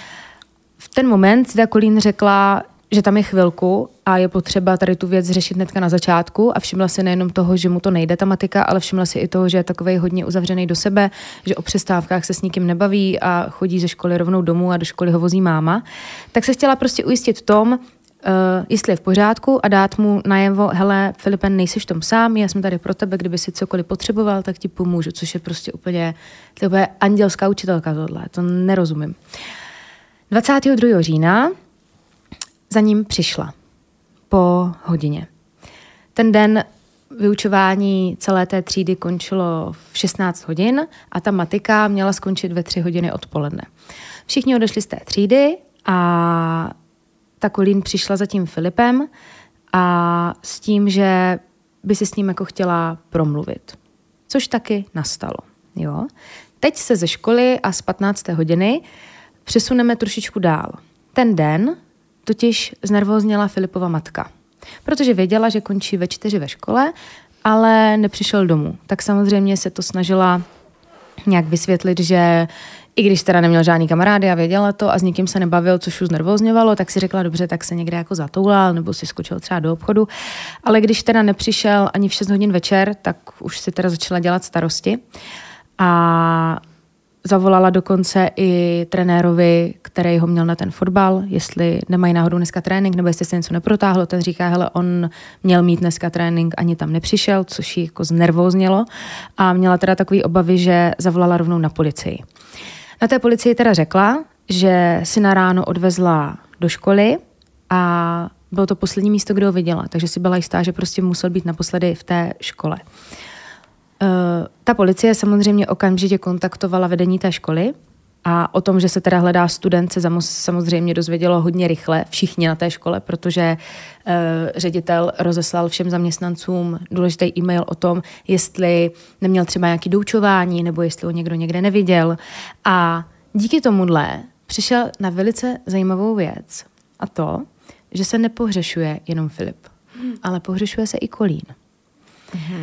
V ten moment si ta Colleen řekla, že tam je chvilku a je potřeba tady tu věc řešit hnedka na začátku a všimla si nejenom toho, že mu to nejde ta matika, ale všimla si i toho, že je takovej hodně uzavřený do sebe, že o přestávkách se s nikým nebaví a chodí ze školy rovnou domů a do školy ho vozí máma. Tak se chtěla prostě ujistit v tom, uh, jestli je v pořádku a dát mu najevo, hele, Filipe, nejsiš v tom sám, já jsem tady pro tebe, kdyby si cokoliv potřeboval, tak ti pomůžu, což je prostě úplně, to je úplně andělská učitelka tohle, to nerozumím. dvacátého druhého října za ním přišla po hodině. Ten den vyučování celé té třídy končilo v šestnáct hodin a ta matika měla skončit ve tři hodiny odpoledne. Všichni odešli z té třídy a ta Colleen přišla za tím Filipem a s tím, že by si s ním jako chtěla promluvit. Což taky nastalo. Jo? Teď se ze školy a z patnácté hodiny přesuneme trošičku dál. Ten den totiž znervózněla Filipova matka, protože věděla, že končí ve čtyři ve škole, ale nepřišel domů. Tak samozřejmě se to snažila nějak vysvětlit, že i když teda neměl žádný kamarády a věděla to a s nikým se nebavil, což už znervózňovalo, tak si řekla, dobře, tak se někde jako zatoulal nebo si skočil třeba do obchodu. Ale když teda nepřišel ani v šest hodin večer, tak už si teda začala dělat starosti. A zavolala dokonce i trenérovi, který ho měl na ten fotbal, jestli nemají náhodou dneska trénink, nebo jestli se něco neprotáhlo. Ten říká, hele, on měl mít dneska trénink, ani tam nepřišel, což jí jako znervóznělo. A měla teda takový obavy, že zavolala rovnou na policii. Na té policii teda řekla, že si na ráno odvezla do školy a bylo to poslední místo, kde ho viděla. Takže si byla jistá, že prostě musel být naposledy v té škole. Uh, ta policie samozřejmě okamžitě kontaktovala vedení té školy A o tom, že se teda hledá student, se samozřejmě dozvědělo hodně rychle, všichni na té škole, protože uh, ředitel rozeslal všem zaměstnancům důležitý e-mail o tom, jestli neměl třeba nějaké doučování, nebo jestli ho někdo někde neviděl. A díky tomuhle přišel na velice zajímavou věc. A to, že se nepohřešuje jenom Filip, hmm. ale pohřešuje se i Colleen. Hmm.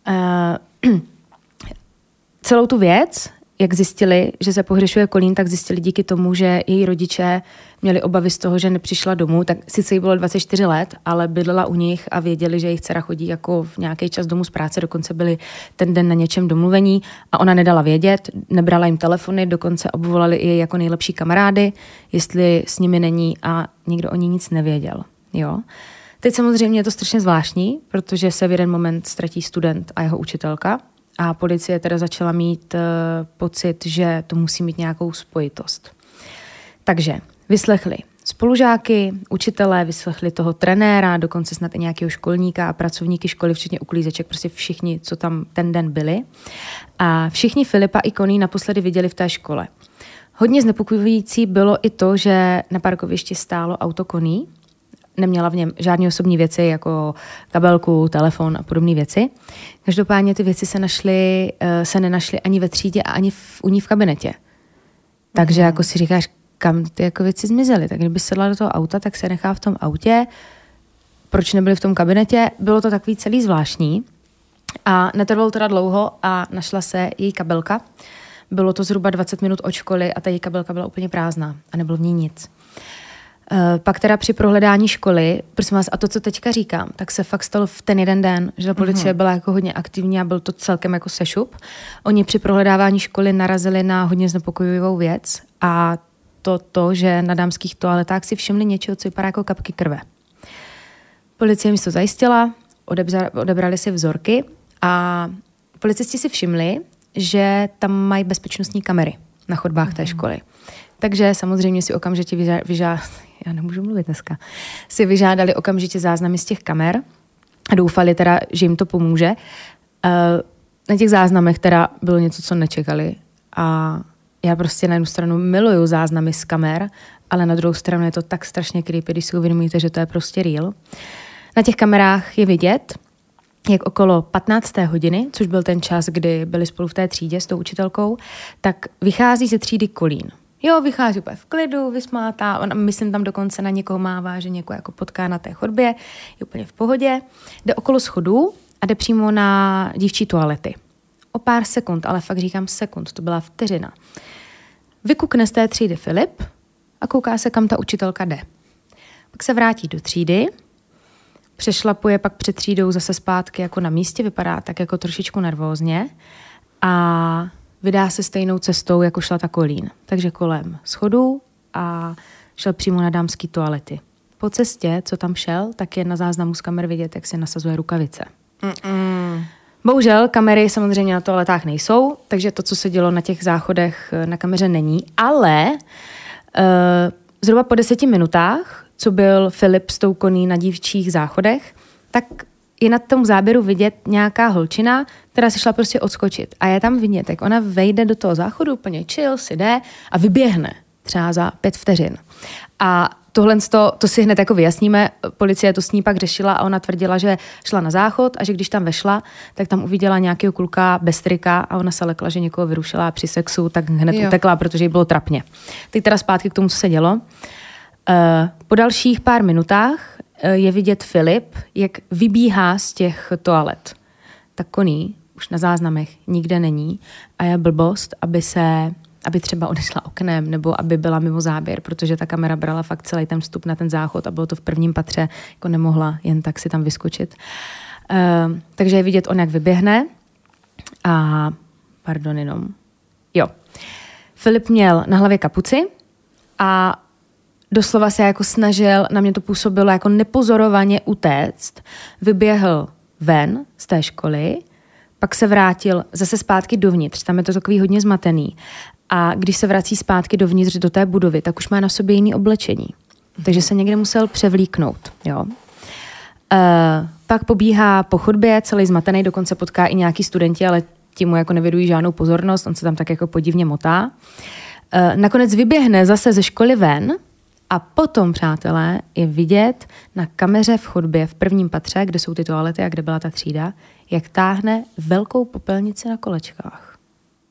Uh, celou tu věc, jak zjistili, že se pohřešuje Colleen, tak zjistili díky tomu, že její rodiče měli obavy z toho, že nepřišla domů, tak sice jí bylo dvacet čtyři let, ale bydlela u nich a věděli, že jejich dcera chodí jako v nějaký čas domů z práce, dokonce byli ten den na něčem domluvení a ona nedala vědět, nebrala jim telefony, dokonce obvolali i jako nejlepší kamarády, jestli s nimi není a nikdo o ní nic nevěděl. Jo? Teď samozřejmě je to strašně zvláštní, protože se v jeden moment ztratí student a jeho učitelka, a policie teda začala mít uh, pocit, že to musí mít nějakou spojitost. Takže vyslechli spolužáky, učitelé, vyslechli toho trenéra, dokonce snad i nějakého školníka a pracovníky školy, včetně uklízeček, prostě všichni, co tam ten den byli. A všichni Filipa i Connie naposledy viděli v té škole. Hodně znepokojující bylo i to, že na parkovišti stálo auto Connie, neměla v něm žádné osobní věci, jako kabelku, telefon a podobné věci. Každopádně ty věci se našly, se nenašly ani ve třídě a ani v, u ní v kabinetě. Takže mm. jako si říkáš, kam ty jako věci zmizely. Tak kdyby sedla do toho auta, tak se nechá v tom autě. Proč nebyly v tom kabinetě? Bylo to takový celý zvláštní. A netrvalo teda dlouho a našla se její kabelka. Bylo to zhruba dvacet minut od školy a ta její kabelka byla úplně prázdná a nebylo v ní nic. Uh, pak teda při prohledání školy, prosím vás, a to, co teďka říkám, tak se fakt stalo v ten jeden den, že ta policie mm-hmm. byla jako hodně aktivní a byl to celkem jako sešup. Oni při prohledávání školy narazili na hodně znepokojivou věc a to to, že na dámských toaletách si všimli něčeho, co vypadá jako kapky krve. Policie místo zajistila, odebra, odebrali si vzorky a policisti si všimli, že tam mají bezpečnostní kamery na chodbách mm-hmm. té školy. Takže samozřejmě si okamžitě vyžádali, vyžá, já nemůžu mluvit dneska, si vyžádali okamžitě záznamy z těch kamer a doufali teda, že jim to pomůže. Na těch záznamech teda bylo něco, co nečekali a já prostě na jednu stranu miluju záznamy z kamer, ale na druhou stranu je to tak strašně creepy, když si uvědomíte, že to je prostě real. Na těch kamerách je vidět, jak okolo patnácté hodiny, což byl ten čas, kdy byli spolu v té třídě s tou učitelkou, tak vychází ze třídy Colleen. Jo, vychází úplně v klidu, vysmátá, on, myslím, tam dokonce na někoho mává, že někoho jako potká na té chodbě, je úplně v pohodě, jde okolo schodů a jde přímo na dívčí toalety. O pár sekund, ale fakt říkám sekund, to byla vteřina. Vykukne z té třídy Filip a kouká se, kam ta učitelka jde. Pak se vrátí do třídy, přešlapuje pak před třídou zase zpátky jako na místě, vypadá tak jako trošičku nervózně a vydá se stejnou cestou, jako šla ta Colleen. Takže kolem schodů a šel přímo na dámský toalety. Po cestě, co tam šel, tak je na záznamu z kamer vidět, jak si nasazuje rukavice. Mm-mm. Bohužel kamery samozřejmě na toaletách nejsou, takže to, co se dělo na těch záchodech, na kameře není, ale uh, zhruba po deseti minutách, co byl Filip s tou Connie na dívčích záchodech, tak je na tom záběru vidět nějaká holčina, která se šla prostě odskočit. A je tam vidět, jak ona vejde do toho záchodu, úplně chill, si jde a vyběhne třeba za pět vteřin. A tohle to, to si hned jako vyjasníme. Policie to s ní pak řešila a ona tvrdila, že šla na záchod a že když tam vešla, tak tam uviděla nějakého kluka bez trika a ona se lekla, že někoho vyrušila při sexu, tak hned jo. utekla, protože jí bylo trapně. Teď teda zpátky k tomu, co se dělo. Po dalších pár minutách je vidět Filip, jak vybíhá z těch toalet. Tak Connie už na záznamech nikde není a je blbost, aby se, aby třeba odešla oknem nebo aby byla mimo záběr, protože ta kamera brala fakt celý ten vstup na ten záchod a bylo to v prvním patře, jako nemohla jen tak si tam vyskočit. Uh, takže je vidět on, jak vyběhne a pardon jenom. Jo. Filip měl na hlavě kapuci a doslova se jako snažil, na mě to působilo jako nepozorovaně utéct. Vyběhl ven z té školy, pak se vrátil zase zpátky dovnitř, tam je to takový hodně zmatený. A když se vrací zpátky dovnitř do té budovy, tak už má na sobě jiný oblečení. Takže se někde musel převlíknout. Jo. Uh, pak pobíhá po chodbě, celý zmatený, dokonce potká i nějaký studenti, ale ti mu jako nevědují žádnou pozornost, on se tam tak jako podivně motá. E, nakonec vyběhne zase ze školy ven a potom, přátelé, je vidět na kameře v chodbě v prvním patře, kde jsou ty toalety a kde byla ta třída, jak táhne velkou popelnici na kolečkách.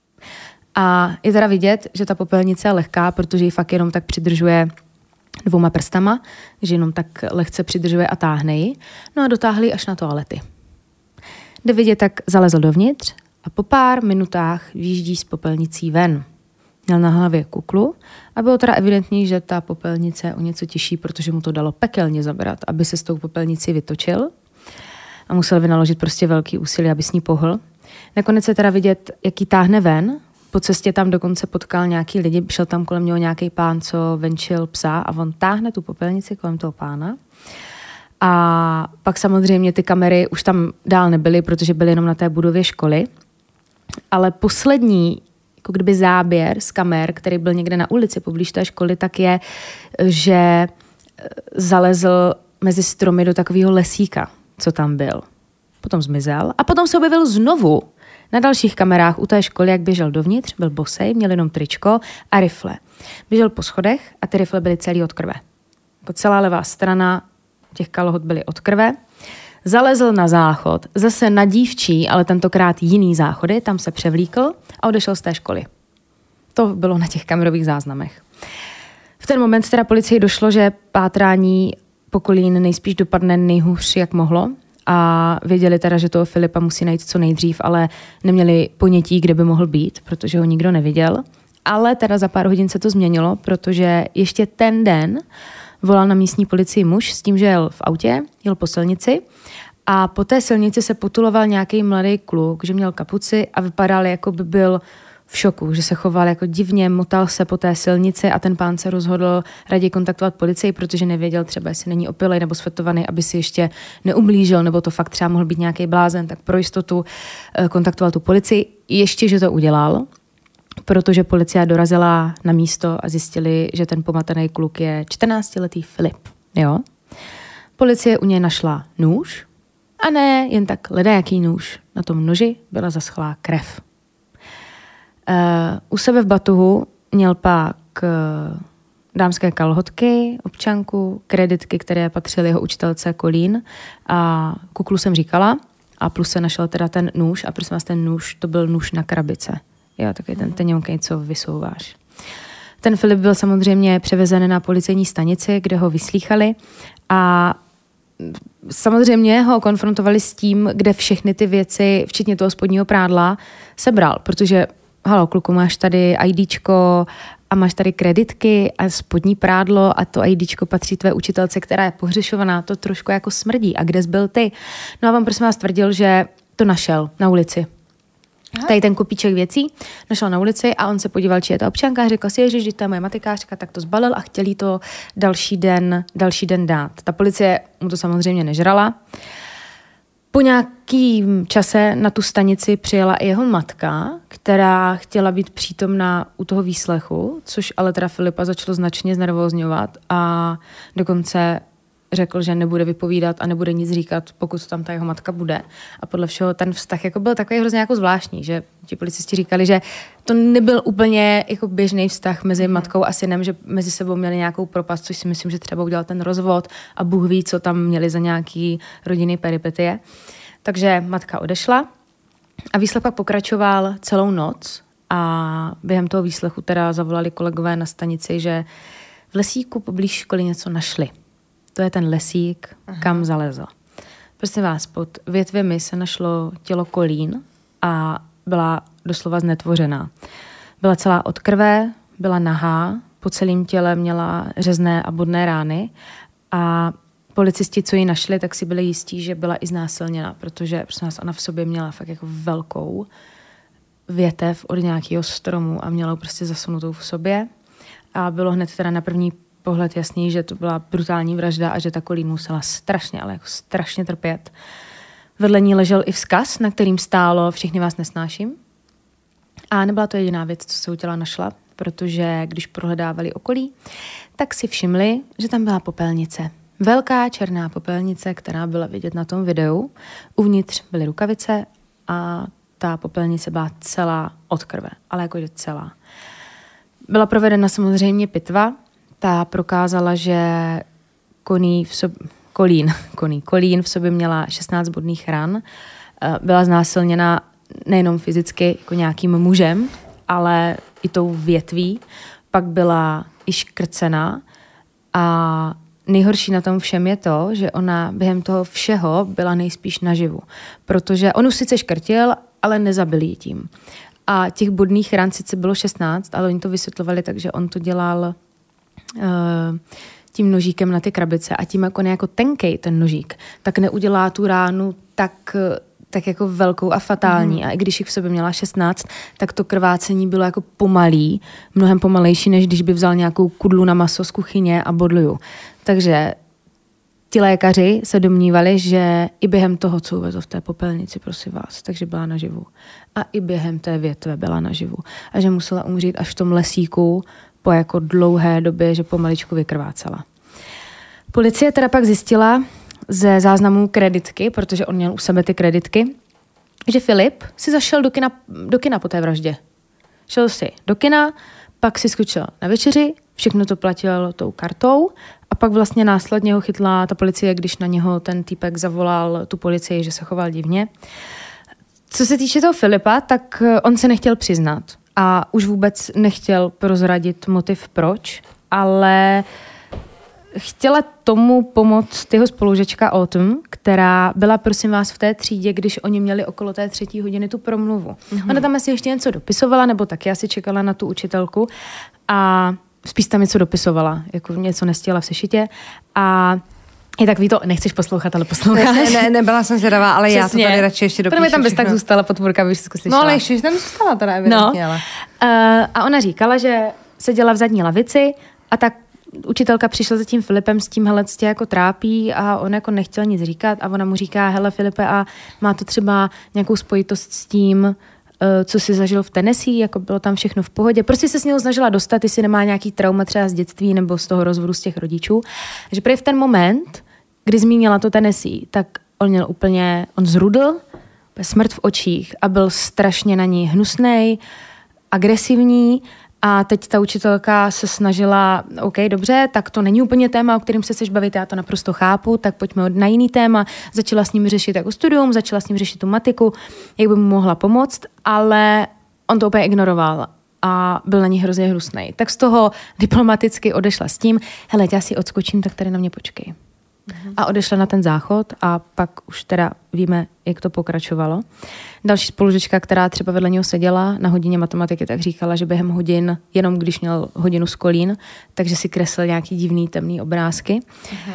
A je teda vidět, že ta popelnice je lehká, protože ji fakt jenom tak přidržuje dvouma prstama, že jenom tak lehce přidržuje a táhne ji. No a dotáhli až na toalety. Jde vidět, tak zalezl dovnitř a po pár minutách výjíždí s popelnicí ven. Měl na hlavě kuklu a bylo teda evidentní, že ta popelnice je o něco těžší, protože mu to dalo pekelně zabrat, aby se s tou popelnicí vytočil a musel vynaložit prostě velký úsilí, aby s ní pohl. Nakonec je teda vidět, jak ji táhne ven. Po cestě tam dokonce potkal nějaký lidi, šel tam kolem něho nějaký pán, co venčil psa a on táhne tu popelnici kolem toho pána. A pak samozřejmě ty kamery už tam dál nebyly, protože byly jenom na té budově školy. Ale poslední jako kdyby záběr z kamer, který byl někde na ulici poblíž té školy, tak je, že zalezl mezi stromy do takového lesíka, co tam byl. Potom zmizel a potom se objevil znovu na dalších kamerách u té školy, jak běžel dovnitř, byl bosej, měl jenom tričko a rifle. Běžel po schodech a ty rifle byly celý od krve. Po celá levá strana těch kalhot byly od krve. Zalezl na záchod, zase na dívčí, ale tentokrát jiný záchody, tam se převlíkl a odešel z té školy. To bylo na těch kamerových záznamech. V ten moment teda policii došlo, že pátrání po Kolín nejspíš dopadne nejhůř, jak mohlo. A věděli teda, že toho Filipa musí najít co nejdřív, ale neměli ponětí, kde by mohl být, protože ho nikdo neviděl. Ale teda za pár hodin se to změnilo, protože ještě ten den volal na místní policii muž s tím, že jel v autě, jel po silnici a po té silnici se potuloval nějaký mladý kluk, že měl kapuci a vypadal, jako by byl v šoku, že se choval jako divně, motal se po té silnici a ten pán se rozhodl raději kontaktovat policii, protože nevěděl třeba, jestli není opilej nebo svetovaný, aby si ještě neublížil, nebo to fakt třeba mohl být nějaký blázen, tak pro jistotu kontaktoval tu policii. Ještě, že to udělal, protože policie dorazila na místo a zjistili, že ten pomatený kluk je čtrnáctiletý Filip. Jo? Policie u něj našla nůž a ne jen tak ledajaký nůž. Na tom noži byla zaschlá krev. Uh, u sebe v batohu měl pak uh, dámské kalhotky, občanku, kreditky, které patřily jeho učitelce Colleen a kuklu jsem říkala a plus se našel teda ten nůž a prosím vás, ten nůž, to byl nůž na krabice. Jo, takový ten teňonkej, co vysouváš. Ten Filip byl samozřejmě převezen na policejní stanici, kde ho vyslýchali a samozřejmě ho konfrontovali s tím, kde všechny ty věci, včetně toho spodního prádla, sebral, protože halo, kluku, máš tady IDčko a máš tady kreditky a spodní prádlo a to IDčko patří tvé učitelce, která je pohřešovaná, to trošku jako smrdí. A kde jsi byl ty? No a vám prosím vás tvrdil, že to našel na ulici. Aha. Tady ten kopíček věcí našel na ulici a on se podíval, či je ta občanka a řekl si, ježiš, že to je moje matikářka, tak to zbalil a chtěli to další den, další den dát. Ta policie mu to samozřejmě nežrala. Po nějakým čase na tu stanici přijela i jeho matka, která chtěla být přítomná u toho výslechu, což ale teda Filipa začalo značně znervózňovat a dokonce řekl, že nebude vypovídat a nebude nic říkat, pokud tam ta jeho matka bude. A podle všeho ten vztah jako byl takový hrozně jako zvláštní, že ti policisti říkali, že to nebyl úplně jako běžný vztah mezi matkou a synem, že mezi sebou měli nějakou propast, což si myslím, že třeba udělal ten rozvod a Bůh ví, co tam měli za nějaký rodinný peripetie. Takže matka odešla a výslech pak pokračoval celou noc a během toho výslechu teda zavolali kolegové na stanici, že v lesíku poblíž školy něco našli. To je ten lesík, aha, kam zalezl. Prosím vás, pod větvemi se našlo tělo Colleen a byla doslova znetvořená. Byla celá od krve, byla nahá, po celém těle měla řezné a bodné rány a policisti, co ji našli, tak si byli jistí, že byla i znásilněna, protože prosím vás, ona v sobě měla fakt jako velkou větev od nějakého stromu a měla prostě zasunutou v sobě a bylo hned teda na první pohled jasný, že to byla brutální vražda a že ta Colleen musela strašně, ale jako strašně trpět. Vedle ní ležel i vzkaz, na kterým stálo všechny vás nesnáším. A nebyla to jediná věc, co se u těla našla, protože když prohledávali okolí, tak si všimli, že tam byla popelnice. Velká černá popelnice, která byla vidět na tom videu. Uvnitř byly rukavice a ta popelnice byla celá od krve, ale jakože celá. Byla provedena samozřejmě pitva. Ta prokázala, že Koní v sobě, Kolín, Koní, Kolín v sobě měla šestnáct bodných ran. Byla znásilněna nejenom fyzicky jako nějakým mužem, ale i tou větví. Pak byla i škrcena a nejhorší na tom všem je to, že ona během toho všeho byla nejspíš naživu. Protože on už sice škrtil, ale nezabil ji tím. A těch bodných ran sice bylo šestnáct, ale oni to vysvětlovali tak, že on to dělal uh, tím nožíkem na ty krabice a tím, jak on je jako tenkej ten nožík, tak neudělá tu ránu tak, tak jako velkou a fatální. Mm. A i když jich v sobě měla šestnáct, tak to krvácení bylo jako pomalý, mnohem pomalejší, než když by vzal nějakou kudlu na maso z kuchyně a bodluju. Takže ti lékaři se domnívali, že i během toho, co uvezl v té popelnici, prosím vás, takže byla naživu. A i během té větve byla naživu. A že musela umřít až v tom lesíku po jako dlouhé době, že pomaličku vykrvácela. Policie teda pak zjistila ze záznamů kreditky, protože on měl u sebe ty kreditky, že Filip si zašel do kina, do kina po té vraždě. Šel si do kina, pak si skočil na večeři, všechno to platil tou kartou a pak vlastně následně ho chytla ta policie, když na něho ten týpek zavolal tu policii, že se choval divně. Co se týče toho Filipa, tak on se nechtěl přiznat a už vůbec nechtěl prozradit motiv proč, ale chtěla tomu pomoct jeho spolužečka Autumn, která byla, prosím vás, v té třídě, když oni měli okolo té třetí hodiny tu promluvu. Mm-hmm. Ona tam asi ještě něco dopisovala, nebo taky asi čekala na tu učitelku a spíš tam něco dopisovala, jako něco nestěla v sešitě a je takový to, nechceš poslouchat, ale posloucháš. Ne, ne, nebyla jsem zvědavá, ale Přesně. já to tady radši ještě dopíšu. Protože tam bez všechno. tak zůstala podpůrka, aby všechno slyšela. No ale ještě tam zůstala teda evidentně, no. ale. Uh, a ona říkala, že seděla v zadní lavici a tak učitelka přišla za tím Filipem s tím, hele, tě jako trápí a on jako nechtěl nic říkat a ona mu říká, hele Filipe, a má to třeba nějakou spojitost s tím, co si zažil v Tennessee, jako bylo tam všechno v pohodě. Prostě se s něho snažila dostat, jestli nemá nějaký trauma třeba z dětství nebo z toho rozvodu z těch rodičů. Že právě v ten moment, kdy zmínila to Tennessee, tak on měl úplně, on zrudl, smrt v očích a byl strašně na ní hnusnej, agresivní. A teď ta učitelka se snažila, OK, dobře, tak to není úplně téma, o kterém se chceš bavit, já to naprosto chápu, tak pojďme na jiný téma. Začala s ním řešit jako studium, začala s ním řešit tu matiku, jak by mu mohla pomoct, ale on to úplně ignoroval a byl na ní hrozně hnusnej. Tak z toho diplomaticky odešla s tím, hele, já si odskočím, tak tady na mě počkej. Mm-hmm. A odešla na ten záchod a pak už teda víme, jak to pokračovalo. Další spolužečka, která třeba vedle něho seděla na hodině matematiky, tak říkala, že během hodin, jenom když měl hodinu z Kolín, takže si kreslil nějaký divný temný obrázky. Mm-hmm.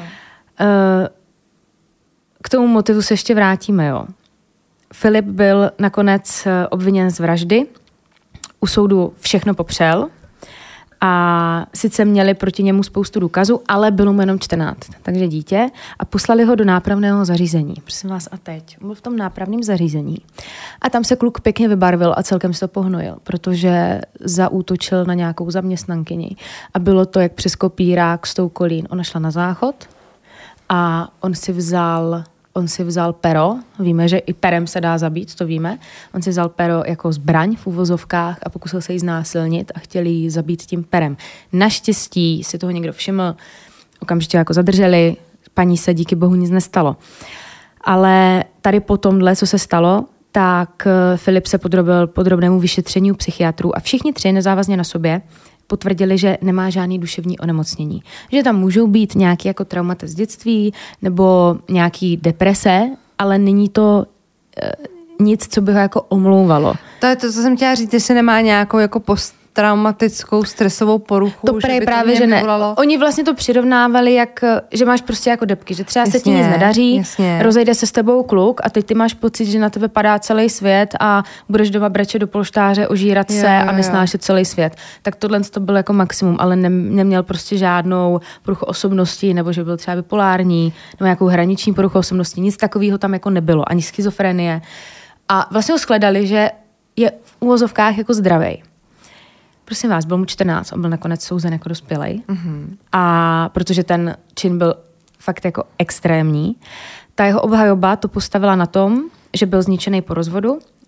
K tomu motivu se ještě vrátíme, jo. Filip byl nakonec obviněn z vraždy, u soudu všechno popřel, a sice měli proti němu spoustu důkazů, ale bylo mu jenom čtrnáct, takže dítě, a poslali ho do nápravného zařízení. Prosím vás, a teď? On byl v tom nápravném zařízení a tam se kluk pěkně vybarvil a celkem se to pohnojil, protože zaútočil na nějakou zaměstnankyni a bylo to jak přes kopírák s tou Kolín. Ona šla na záchod a on si vzal... On si vzal pero, víme, že i perem se dá zabít, to víme. On si vzal pero jako zbraň v uvozovkách a pokusil se jí znásilnit a chtěli ji zabít tím perem. Naštěstí si toho někdo všiml, okamžitě jako zadrželi, paní se díky bohu nic nestalo. Ale tady po tomhle, co se stalo, tak Filip se podrobil podrobnému vyšetření u psychiatrů a všichni tři nezávazně na sobě potvrdili, že nemá žádný duševní onemocnění. Že tam můžou být nějaké jako traumata z dětství nebo nějaký deprese, ale není to e, nic, co by ho jako omlouvalo. To je to, co jsem chtěla říct, jestli nemá nějakou jako posttraumatickou stresovou poruchu. To prej právě, že ne. Vyvolalo. Oni vlastně to přirovnávali, jak, že máš prostě jako depky, že třeba jasně, se ti nic nedaří, jasně. Rozejde se s tebou kluk a teď ty máš pocit, že na tebe padá celý svět a budeš doma brečet do polštáře, ožírat jo, se jo, a nesnášet celý svět. Tak tohle to bylo jako maximum, ale ne, neměl prostě žádnou poruchu osobnosti, nebo že byl třeba bipolární, nebo nějakou hraniční poruchu osobnosti. Nic takového tam jako nebylo, ani schizofrenie. A vlastně ho shledali, že je v úvozovkách jako zdravej. Prosím vás, byl mu čtrnáct, on byl nakonec souzen jako dospělej. Mm-hmm. A protože ten čin byl fakt jako extrémní, ta jeho obhajoba to postavila na tom, že byl zničený po rozvodu,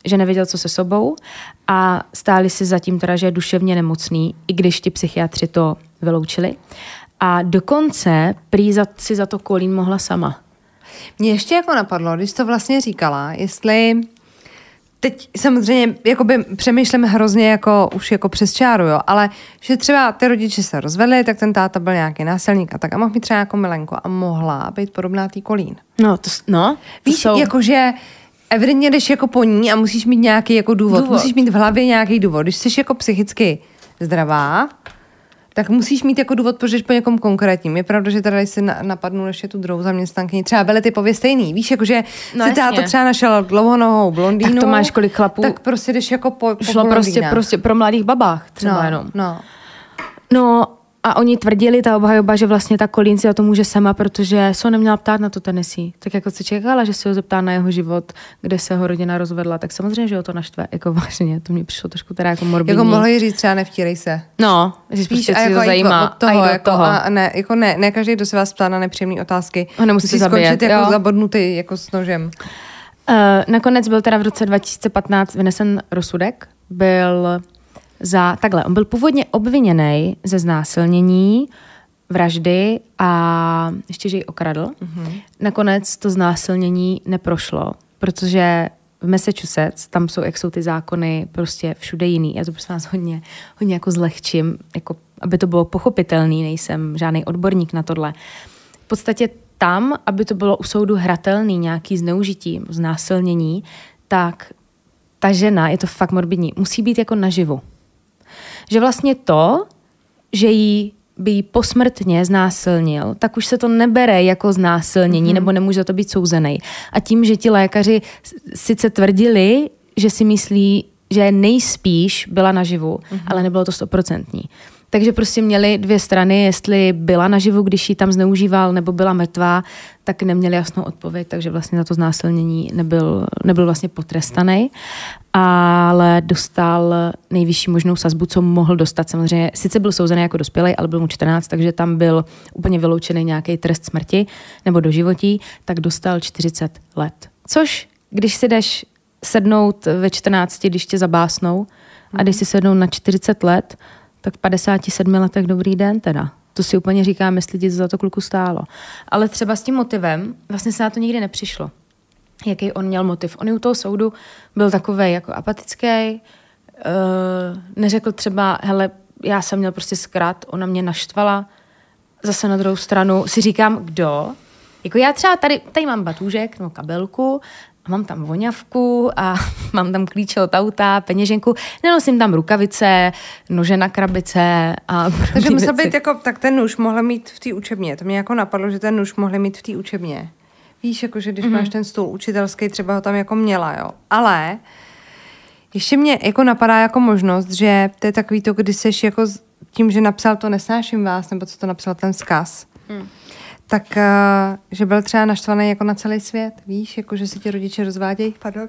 že nevěděl, co se sobou a stáli si zatím teda, že je duševně nemocný, i když ti psychiatři to vyloučili. A dokonce prý za, si za to Colleen mohla sama. Mě ještě jako napadlo, když to vlastně říkala, jestli teď samozřejmě jakoby přemýšlím hrozně jako už jako přes čáru, jo, ale že třeba ty rodiče se rozvedli, tak ten táta byl nějaký násilník a tak a mohl mít třeba jako milenko a mohla být podobná tý Colleen. No, to, no, to víš, jsou... jakože evidentně jdeš jako po ní a musíš mít nějaký jako důvod. důvod. Musíš mít v hlavě nějaký důvod. Když jsi jako psychicky zdravá, tak musíš mít jako důvod, proč jdeš po někom konkrétním. Je pravda, že tady si napadnu ještě tu druhou zaměstnankyni. Třeba byly typově stejný. Víš, jakože no, si táto třeba našel dlouhonohou blondýnu. Tak to máš kolik chlapů. Tak prostě jdeš jako po, po Šlo prostě, prostě pro mladých babách třeba no, jenom. No. No a oni tvrdili, ta obhajoba, že vlastně ta Colleen si za to může sama, protože se ho neměla ptát na to Tennessee. Tak jako si čekala, že se ho zeptá na jeho život, kde se ho rodina rozvedla, tak samozřejmě, že ho to naštve. Jako vážně, to mě přišlo trošku teda jako morbidní. Jako mohli říct třeba nevtírej se. No, že prostě si jako to zajímá. Od toho, a jako, toho. A ne, jako ne, ne každý, kdo se vás ptá na nepříjemné otázky, ho nemusíte zabíjet, skončit jo? jako zabodnutý jako s nožem. Uh, nakonec byl teda v roce dva tisíce patnáct vynesen rozsudek. Byl za, takhle, on byl původně obviněný ze znásilnění, vraždy a ještě, že ji okradl. Mm-hmm. Nakonec to znásilnění neprošlo, protože v Massachusetts, tam jsou, jak jsou ty zákony, prostě všude jiný. Já to prostě vás hodně, hodně jako zlehčím, jako, aby to bylo pochopitelný, nejsem žádný odborník na tohle. V podstatě tam, aby to bylo u soudu hratelný nějaký zneužití, znásilnění, tak ta žena, je to fakt morbidní, musí být jako naživu. Že vlastně to, že jí by jí posmrtně znásilnil, tak už se to nebere jako znásilnění, mm-hmm. nebo nemůže za to být souzený. A tím, že ti lékaři sice tvrdili, že si myslí, že nejspíš byla naživu, mm-hmm. ale nebylo to stoprocentní. Takže prostě měli dvě strany, jestli byla naživu, když ji tam zneužíval, nebo byla mrtvá, tak neměli jasnou odpověď, takže vlastně za to znásilnění nebyl, nebyl vlastně potrestaný, ale dostal nejvyšší možnou sazbu, co mohl dostat. Samozřejmě, sice byl souzený jako dospělej, ale byl mu čtrnáct, takže tam byl úplně vyloučený nějaký trest smrti nebo doživotí, tak dostal čtyřicet let. Což, když si jdeš sednout ve čtrnácti, když tě zabásnou, a když si sednou na čtyřicet let, tak v padesáti sedmi letech dobrý den teda. To si úplně říkám, jestli ti to za to kluku stálo. Ale třeba s tím motivem, vlastně se na to nikdy nepřišlo. Jaký on měl motiv. On i u toho soudu byl takovej jako apatický, uh, neřekl třeba, hele, já jsem měl prostě zkrat, ona mě naštvala. Zase na druhou stranu si říkám, kdo? Jako já třeba tady, tady mám batůžek nebo kabelku, a mám tam voňavku a mám tam klíče od auta, peněženku, nenosím tam rukavice, nože na krabice a takže musel být jako, tak ten nůž mohl mít v té učebně. To mě jako napadlo, že ten nůž mohli mít v té učebně. Víš, jako, že když mm-hmm. máš ten stůl učitelský, třeba ho tam jako měla, jo. Ale ještě mě jako napadá jako možnost, že to je takový to, když seš jako tím, že napsal to Nesnáším vás, nebo co to napsal ten vzkaz, mm. tak, uh, že byl třeba naštvaný jako na celý svět, víš, jako, že se ti rodiče rozvádějí. Pardon.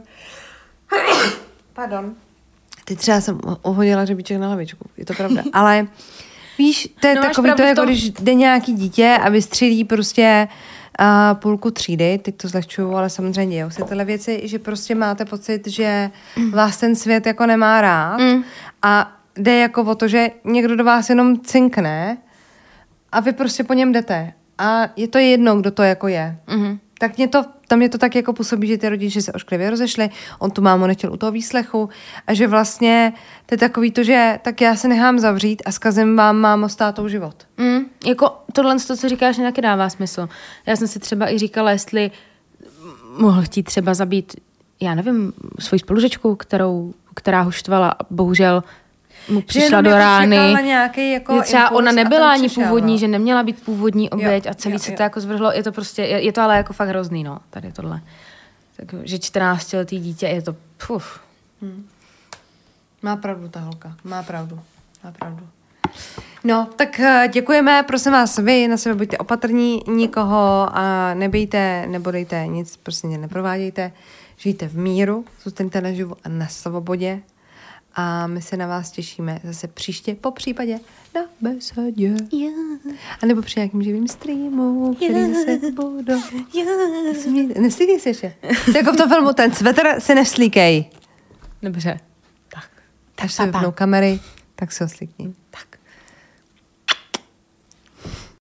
Pardon. Teď třeba jsem uhodila řebíček na hlavičku, je to pravda. Ale víš, to je no, takový to, jako tom... když jde nějaký dítě a vystřílí prostě uh, půlku třídy, teď to zlehčuju, ale samozřejmě dějou se tyhle věci, že prostě máte pocit, že vás ten svět jako nemá rád mm. a jde jako o to, že někdo do vás jenom cinkne a vy prostě po něm jdete. A je to jedno, kdo to jako je. Mm-hmm. Tak mě to, tam mě to tak jako působí, že ty rodiče se ošklivě rozešli, on tu mámu nechtěl u toho výslechu a že vlastně to je takový to, že tak já se nechám zavřít a zkazím vám, mámo, s tátou život. Mm, jako tohle, to, co říkáš, mě taky dává smysl. Já jsem si třeba i říkala, jestli mohl chtít třeba zabít, já nevím, svoji spolužečku, kterou, která ho štvala, bohužel mu přišla do rány. Jako třeba ona nebyla ani přišel, původní, no. Že neměla být původní oběť jo, a celý jo, se to jo. jako zvrhlo. Je to prostě, je, je to ale jako fakt hrozný, no, tady tohle. Tak, že čtrnáctiletý dítě, je to, puf. Hmm. Má pravdu ta holka, má pravdu, má pravdu. No, tak děkujeme, prosím vás, vy na sebe buďte opatrní, nikoho a nebejte, nebodejte nic, prostě neprovádějte, žijte v míru, zůstaňte naživu a na svobodě. A my se na vás těšíme zase příště, po případě na besedě. Yeah. A nebo při nějakým živým streamu, který yeah. zase budou. Yeah. Neslíkej se ještě. To jako v tom filmu, ten svetr se nevslíkej. Dobře. Tak. Až se vypnou kamery, tak si ho slikni.